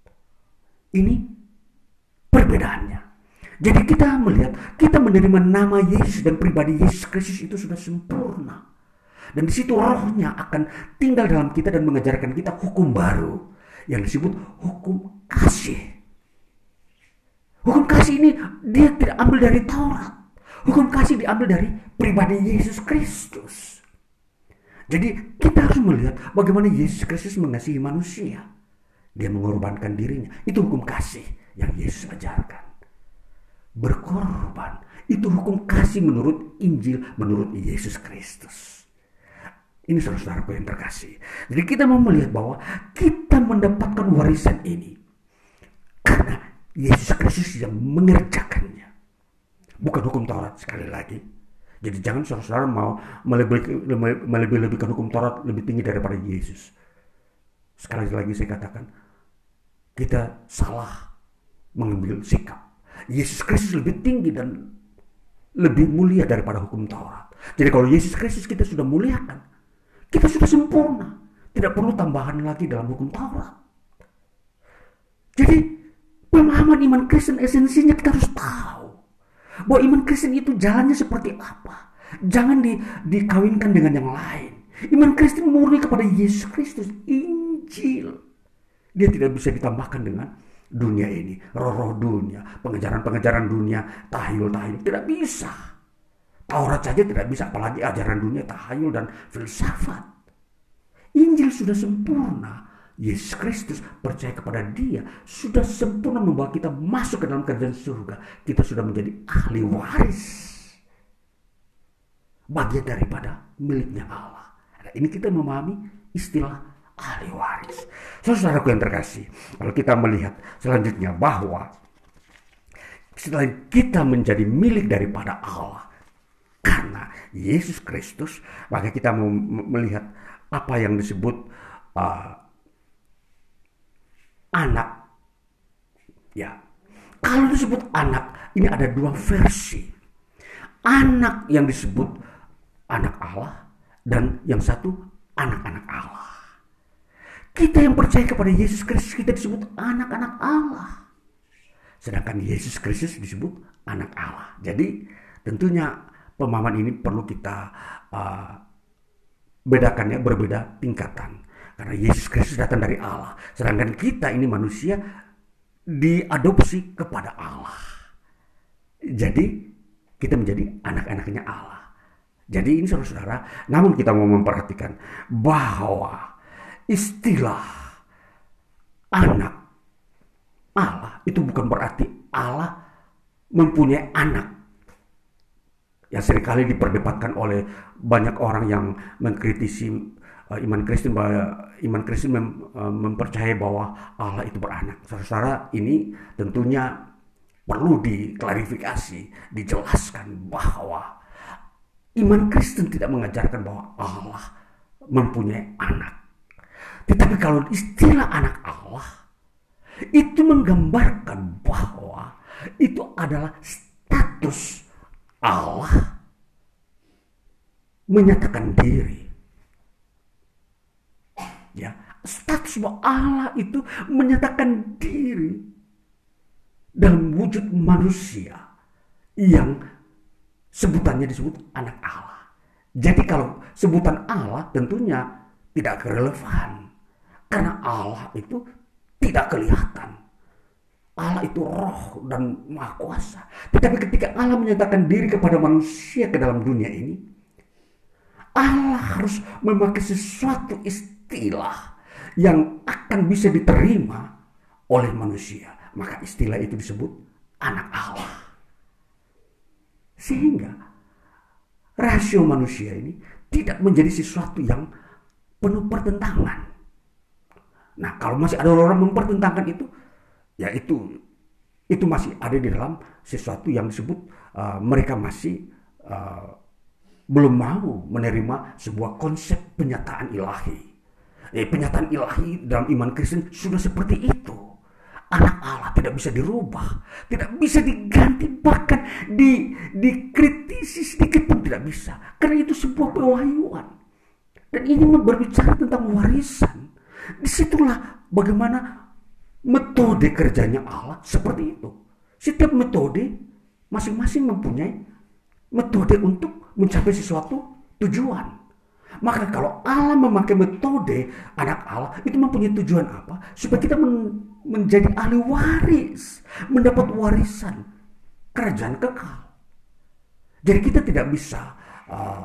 Ini perbedaannya. Jadi kita melihat, kita menerima nama Yesus dan pribadi Yesus Kristus itu sudah sempurna. Dan di situ rohnya akan tinggal dalam kita dan mengajarkan kita hukum baru yang disebut hukum kasih. Hukum kasih ini dia tidak ambil dari Taurat. Hukum kasih diambil dari pribadi Yesus Kristus. Jadi kita harus melihat bagaimana Yesus Kristus mengasihi manusia. Dia mengorbankan dirinya. Itu hukum kasih yang Yesus ajarkan. Berkorban. Itu hukum kasih menurut Injil, menurut Yesus Kristus. Ini saudara-saudaraku yang terkasih. Jadi kita mau melihat bahwa kita mendapatkan warisan ini karena Yesus Kristus yang mengerjakannya, bukan hukum Taurat sekali lagi. Jadi jangan saudara-saudara mau melebih-lebihkan hukum Taurat lebih tinggi daripada Yesus. Sekali lagi saya katakan, kita salah mengambil sikap. Yesus Kristus lebih tinggi dan lebih mulia daripada hukum Taurat. Jadi kalau Yesus Kristus kita sudah muliakan, kita sudah sempurna, tidak perlu tambahan lagi dalam hukum Taurat. Jadi pemahaman iman Kristen esensinya kita harus tahu bahwa iman Kristen itu jalannya seperti apa. Jangan di, dikawinkan dengan yang lain. Iman Kristen murni kepada Yesus Kristus, Injil. Dia tidak bisa ditambahkan dengan dunia ini, roh-roh dunia, pengejaran-pengejaran dunia, tahayul-tahayul. Tidak bisa. Taurat saja tidak bisa, apalagi ajaran dunia tahayul dan filsafat. Injil sudah sempurna. Yesus Kristus, percaya kepada Dia, sudah sempurna membawa kita masuk ke dalam kerajaan surga. Kita sudah menjadi ahli waris, bagian daripada miliknya Allah. Nah, ini kita memahami istilah ahli waris. Saudaraku yang terkasih, kalau kita melihat selanjutnya bahwa setelah kita menjadi milik daripada Allah karena Yesus Kristus, maka kita mau melihat apa yang disebut uh, anak. Ya, kalau disebut anak, ini ada dua versi. Anak yang disebut anak Allah dan yang satu anak-anak Allah. Kita yang percaya kepada Yesus Kristus, kita disebut anak-anak Allah. Sedangkan Yesus Kristus disebut anak Allah. Jadi tentunya pemahaman ini perlu kita uh, bedakannya, berbeda tingkatan. Karena Yesus Kristus datang dari Allah. Sedangkan kita ini manusia diadopsi kepada Allah. Jadi kita menjadi anak-anaknya Allah. Jadi ini saudara-saudara, namun kita mau memperhatikan bahwa istilah anak Allah itu bukan berarti Allah mempunyai anak. Yang seringkali diperdebatkan oleh banyak orang yang mengkritisi uh, iman Kristen, bahwa iman Kristen mem, uh, mempercayai bahwa Allah itu beranak. Saudara-saudara, ini tentunya perlu diklarifikasi, dijelaskan bahwa iman Kristen tidak mengajarkan bahwa Allah mempunyai anak. Tetapi kalau istilah anak Allah itu menggambarkan bahwa itu adalah status Allah menyatakan diri. Ya, status bahwa Allah itu menyatakan diri dalam wujud manusia yang sebutannya disebut anak Allah. Jadi kalau sebutan Allah tentunya tidak relevan, karena Allah itu tidak kelihatan. Allah itu roh dan maha kuasa. Tetapi ketika Allah menyatakan diri kepada manusia ke dalam dunia ini, Allah harus memakai sesuatu istilah yang akan bisa diterima oleh manusia. Maka istilah itu disebut anak Allah. Sehingga rasio manusia ini tidak menjadi sesuatu yang penuh pertentangan. Nah, kalau masih ada orang mempertentangkan itu, ya itu itu masih ada di dalam sesuatu yang disebut uh, mereka masih uh, belum mau menerima sebuah konsep penyataan ilahi. Eh, penyataan ilahi dalam iman Kristen sudah seperti itu. Anak Allah tidak bisa dirubah, tidak bisa diganti, bahkan di, dikritisi sedikit pun tidak bisa. Karena itu sebuah pewahyuan. Dan ini berbicara tentang warisan. Disitulah bagaimana metode kerjanya Allah seperti itu. Setiap metode masing-masing mempunyai metode untuk mencapai sesuatu tujuan. Maka kalau Allah memakai metode anak Allah, itu mempunyai tujuan apa? Supaya kita men- menjadi ahli waris, mendapat warisan kerajaan kekal. Jadi kita tidak bisa uh,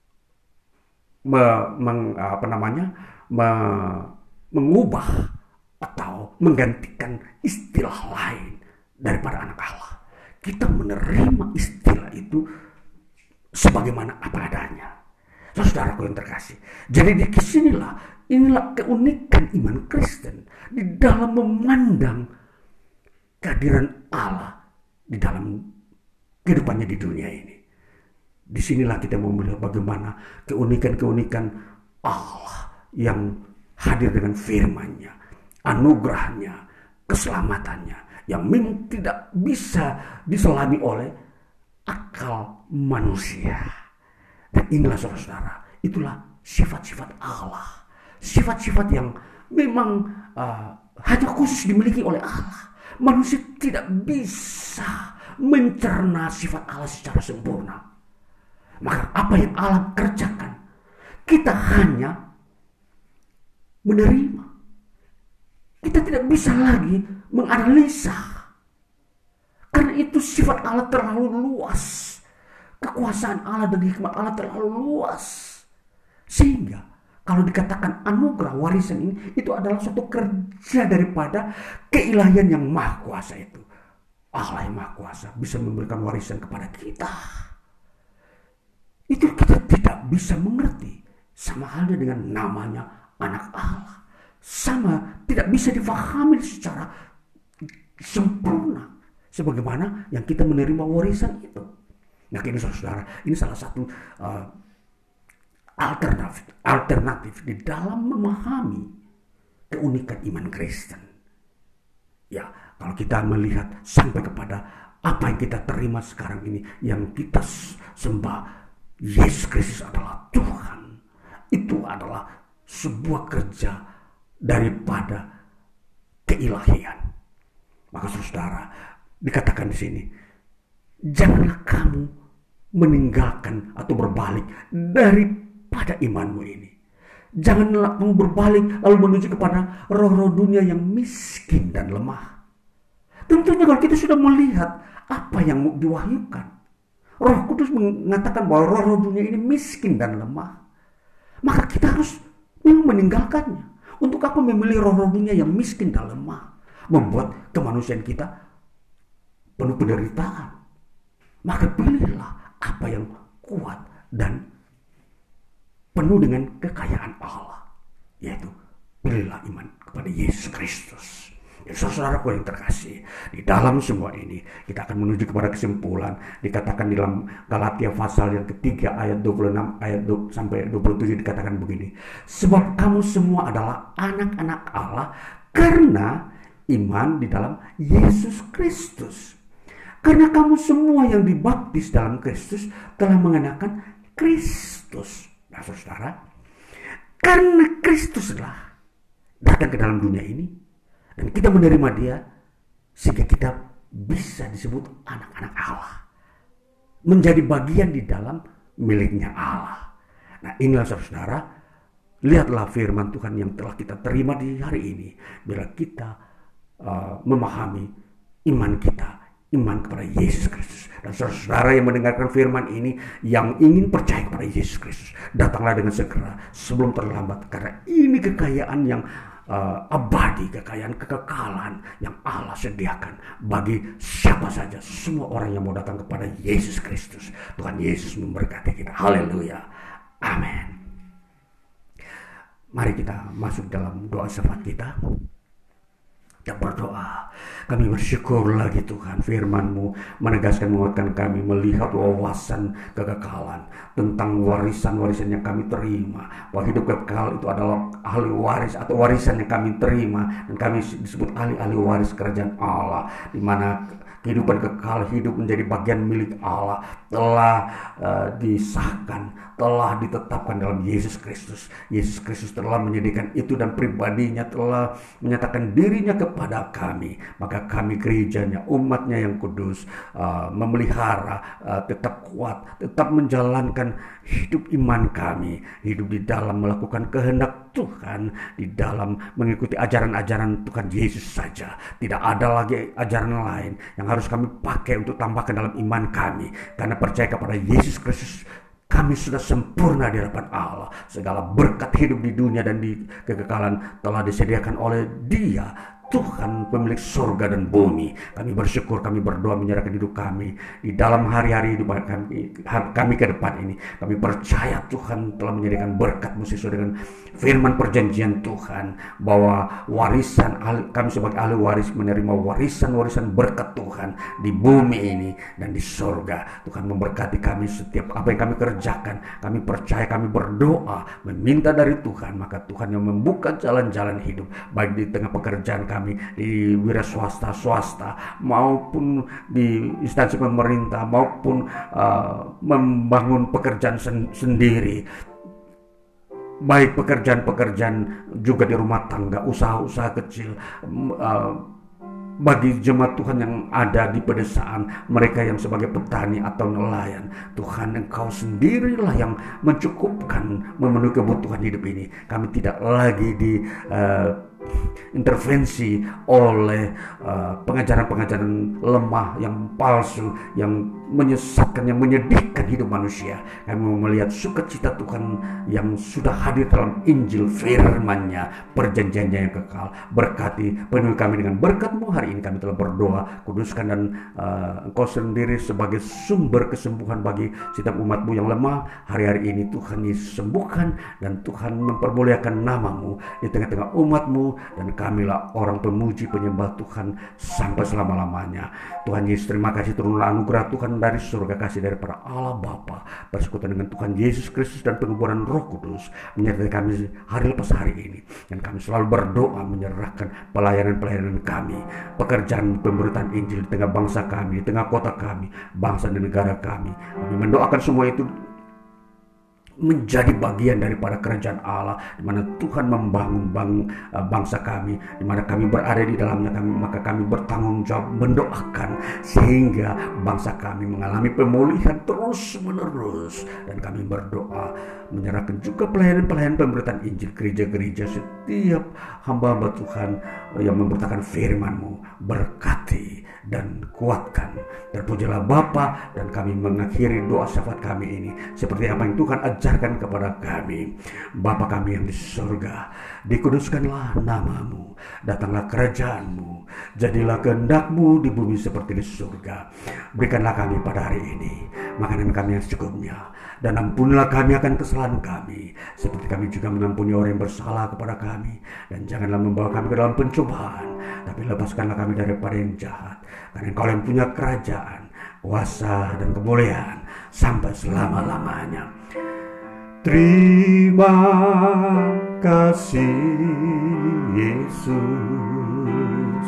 me- meng- apa namanya me- mengubah atau menggantikan istilah lain daripada anak Allah. Kita menerima istilah itu sebagaimana apa adanya. Saudaraku yang terkasih, jadi di sinilah inilah keunikan iman Kristen di dalam memandang kehadiran Allah di dalam kehidupannya di dunia ini. Disinilah kita mau melihat bagaimana keunikan-keunikan Allah yang hadir dengan firman-Nya, anugerahnya, keselamatannya yang memang tidak bisa diselami oleh akal manusia. Dan inilah saudara-saudara, itulah sifat-sifat Allah, sifat-sifat yang memang uh, hanya khusus dimiliki oleh Allah. Manusia tidak bisa mencerna sifat Allah secara sempurna. Maka apa yang Allah kerjakan, kita hanya menerima. Kita tidak bisa lagi menganalisa. Karena itu sifat Allah terlalu luas. kekuasaan Allah dan hikmat Allah terlalu luas. Sehingga kalau dikatakan anugerah warisan ini, itu adalah suatu kerja daripada keilahian yang maha kuasa itu. Allah yang maha kuasa bisa memberikan warisan kepada kita. Itu kita tidak bisa mengerti. Sama halnya dengan namanya anak Allah. Sama tidak bisa difahami secara sempurna. Sebagaimana yang kita menerima warisan itu. Nah ini saudara, ini salah satu uh, alternatif, alternatif di dalam memahami keunikan iman Kristen. Ya, kalau kita melihat sampai kepada apa yang kita terima sekarang ini, yang kita sembah, Yesus Kristus adalah Tuhan. Itu adalah sebuah kerja daripada keilahian. Maka saudara, dikatakan di sini, janganlah kamu meninggalkan atau berbalik daripada imanmu ini. Janganlah kamu berbalik lalu menuju kepada roh-roh dunia yang miskin dan lemah. Tentunya kalau kita sudah melihat apa yang diwahyukan, Roh Kudus mengatakan bahwa roh-roh dunia ini miskin dan lemah, maka kita harus meninggalkannya. Untuk apa memilih roh-roh dunia yang miskin dan lemah? Membuat kemanusiaan kita penuh penderitaan. Maka pilihlah apa yang kuat dan penuh dengan kekayaan Allah, yaitu pilihlah iman kepada Yesus Kristus. Jadi saudaraku yang terkasih, di dalam semua ini kita akan menuju kepada kesimpulan. Dikatakan di dalam Galatia pasal yang ketiga ayat dua puluh enam ayat dua, sampai dua puluh tujuh dikatakan begini, sebab kamu semua adalah anak-anak Allah karena iman di dalam Yesus Kristus. Karena kamu semua yang dibaptis dalam Kristus telah mengenakan Kristus. Nah saudara, karena Kristuslah datang ke dalam dunia ini dan kita menerima Dia, sehingga kita bisa disebut anak-anak Allah, menjadi bagian di dalam miliknya Allah. Nah inilah saudara, lihatlah firman Tuhan yang telah kita terima di hari ini. Bila kita uh, memahami iman kita, iman kepada Yesus Kristus. Dan saudara yang mendengarkan firman ini, yang ingin percaya kepada Yesus Kristus, datanglah dengan segera sebelum terlambat. Karena ini kekayaan yang uh, abadi, kekayaan kekekalan yang Allah sediakan bagi siapa saja, semua orang yang mau datang kepada Yesus Kristus. Tuhan Yesus memberkati kita. Haleluya. Amin. Mari kita masuk dalam doa syafaat kita. Kita berdoa. Kami bersyukur lagi Tuhan, firman-Mu menegaskan, menguatkan kami melihat wawasan kekekalan tentang warisan-warisan yang kami terima, bahwa hidup kekal itu adalah ahli waris atau warisan yang kami terima, dan kami disebut ahli-ahli waris kerajaan Allah, di mana kehidupan kekal, hidup menjadi bagian milik Allah, telah uh, disahkan, telah ditetapkan dalam Yesus Kristus. Yesus Kristus telah menyediakan itu dan pribadinya telah menyatakan dirinya kepada kami. Maka kami gerejanya, umatnya yang kudus, uh, memelihara, uh, tetap kuat, tetap menjalankan hidup iman kami, hidup di dalam melakukan kehendak Tuhan, di dalam mengikuti ajaran-ajaran Tuhan Yesus saja. Tidak ada lagi ajaran lain yang harus kami pakai untuk tambahkan dalam iman kami. Karena percaya kepada Yesus Kristus, kami sudah sempurna di hadapan Allah. Segala berkat hidup di dunia dan di kekekalan telah disediakan oleh Dia, Tuhan pemilik surga dan bumi. Kami bersyukur, kami berdoa menyerahkan hidup kami di dalam hari-hari hidup kami, kami ke depan ini. Kami percaya Tuhan telah menyediakan berkat-Mu sesuai dengan firman perjanjian Tuhan, bahwa warisan kami sebagai ahli waris menerima warisan-warisan berkat Tuhan di bumi ini dan di surga. Tuhan memberkati kami setiap apa yang kami kerjakan. Kami percaya, kami berdoa, meminta dari Tuhan, maka Tuhan yang membuka jalan-jalan hidup, baik di tengah pekerjaan kami, di wira swasta swasta maupun di instansi pemerintah, maupun uh, membangun pekerjaan sen- sendiri, baik pekerjaan-pekerjaan juga di rumah tangga, usaha-usaha kecil, uh, bagi jemaat Tuhan yang ada di pedesaan, mereka yang sebagai petani atau nelayan, Tuhan Engkau sendirilah yang mencukupkan, memenuhi kebutuhan hidup ini. Kami tidak lagi di uh, diintervensi oleh uh, pengajaran-pengajaran lemah yang palsu, yang menyesatkan, yang menyedihkan hidup manusia. Kami mau melihat sukacita Tuhan yang sudah hadir dalam Injil, firman-Nya, perjanjiannya yang kekal. Berkati, penuhi kami dengan berkat-Mu. Hari ini kami telah berdoa, kuduskan dan uh, Engkau sendiri sebagai sumber kesembuhan bagi setiap umat-Mu yang lemah. Hari-hari ini Tuhan Yesus sembuhkan, dan Tuhan mempermuliakan nama-Mu di tengah-tengah umat-Mu, dan kamilah orang pemuji penyembah Tuhan sampai selama-lamanya. Tuhan Yesus, terima kasih turunlah anugerah Tuhan dari surga, kasih daripada Allah Bapa, persekutuan dengan Tuhan Yesus Kristus dan penguburan Roh Kudus menyertai kami hari lepas hari ini. Dan kami selalu berdoa menyerahkan pelayanan-pelayanan kami, pekerjaan pemberitaan Injil di tengah bangsa kami, di tengah kota kami, bangsa dan negara kami. Kami mendoakan semua itu menjadi bagian daripada kerajaan Allah, di mana Tuhan membangun bang, bangsa kami, di mana kami berada di dalamnya. Kami, maka kami bertanggung jawab mendoakan sehingga bangsa kami mengalami pemulihan terus menerus. Dan kami berdoa menyerahkan juga pelayanan-pelayanan pemberitaan Injil, gereja-gereja, setiap hamba-hamba Tuhan yang memberitakan firman-Mu. Berkati dan kuatkan. Terpujilah Bapa, dan kami mengakhiri doa syafaat kami ini seperti apa yang Tuhan ajarkan kepada kami. Bapa kami yang di surga, dikuduskanlah nama-Mu, datanglah kerajaan-Mu, jadilah kehendak-Mu di bumi seperti di surga. Berikanlah kami pada hari ini makanan kami yang secukupnya, dan ampunilah kami akan kesalahan kami, seperti kami juga mengampuni orang yang bersalah kepada kami. Dan janganlah membawa kami ke dalam pencobaan, tapi lepaskanlah kami daripada yang jahat. Karena Engkau yang punya kerajaan, kuasa, dan kemuliaan sampai selama-lamanya. Terima kasih Yesus,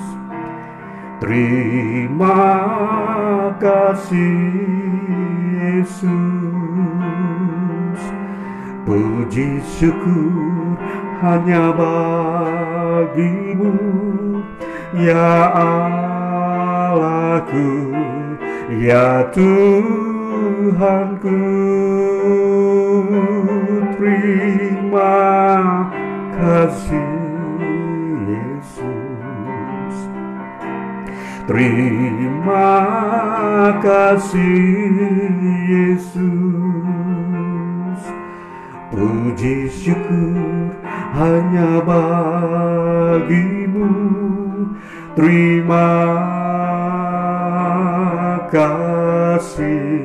terima kasih Yesus. Puji syukur hanya bagi-Mu, ya Allahku, ya Tuhanku. Terima kasih Yesus, terima kasih Yesus. Puji syukur hanya bagi-Mu, terima kasih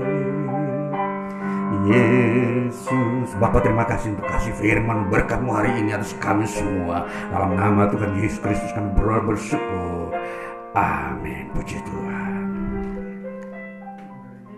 Yesus. Bapa, terima kasih untuk kasih firman berkat-Mu hari ini atas kami semua. Dalam nama Tuhan Yesus Kristus kami berdoa bersyukur. Amin. Puji Tuhan.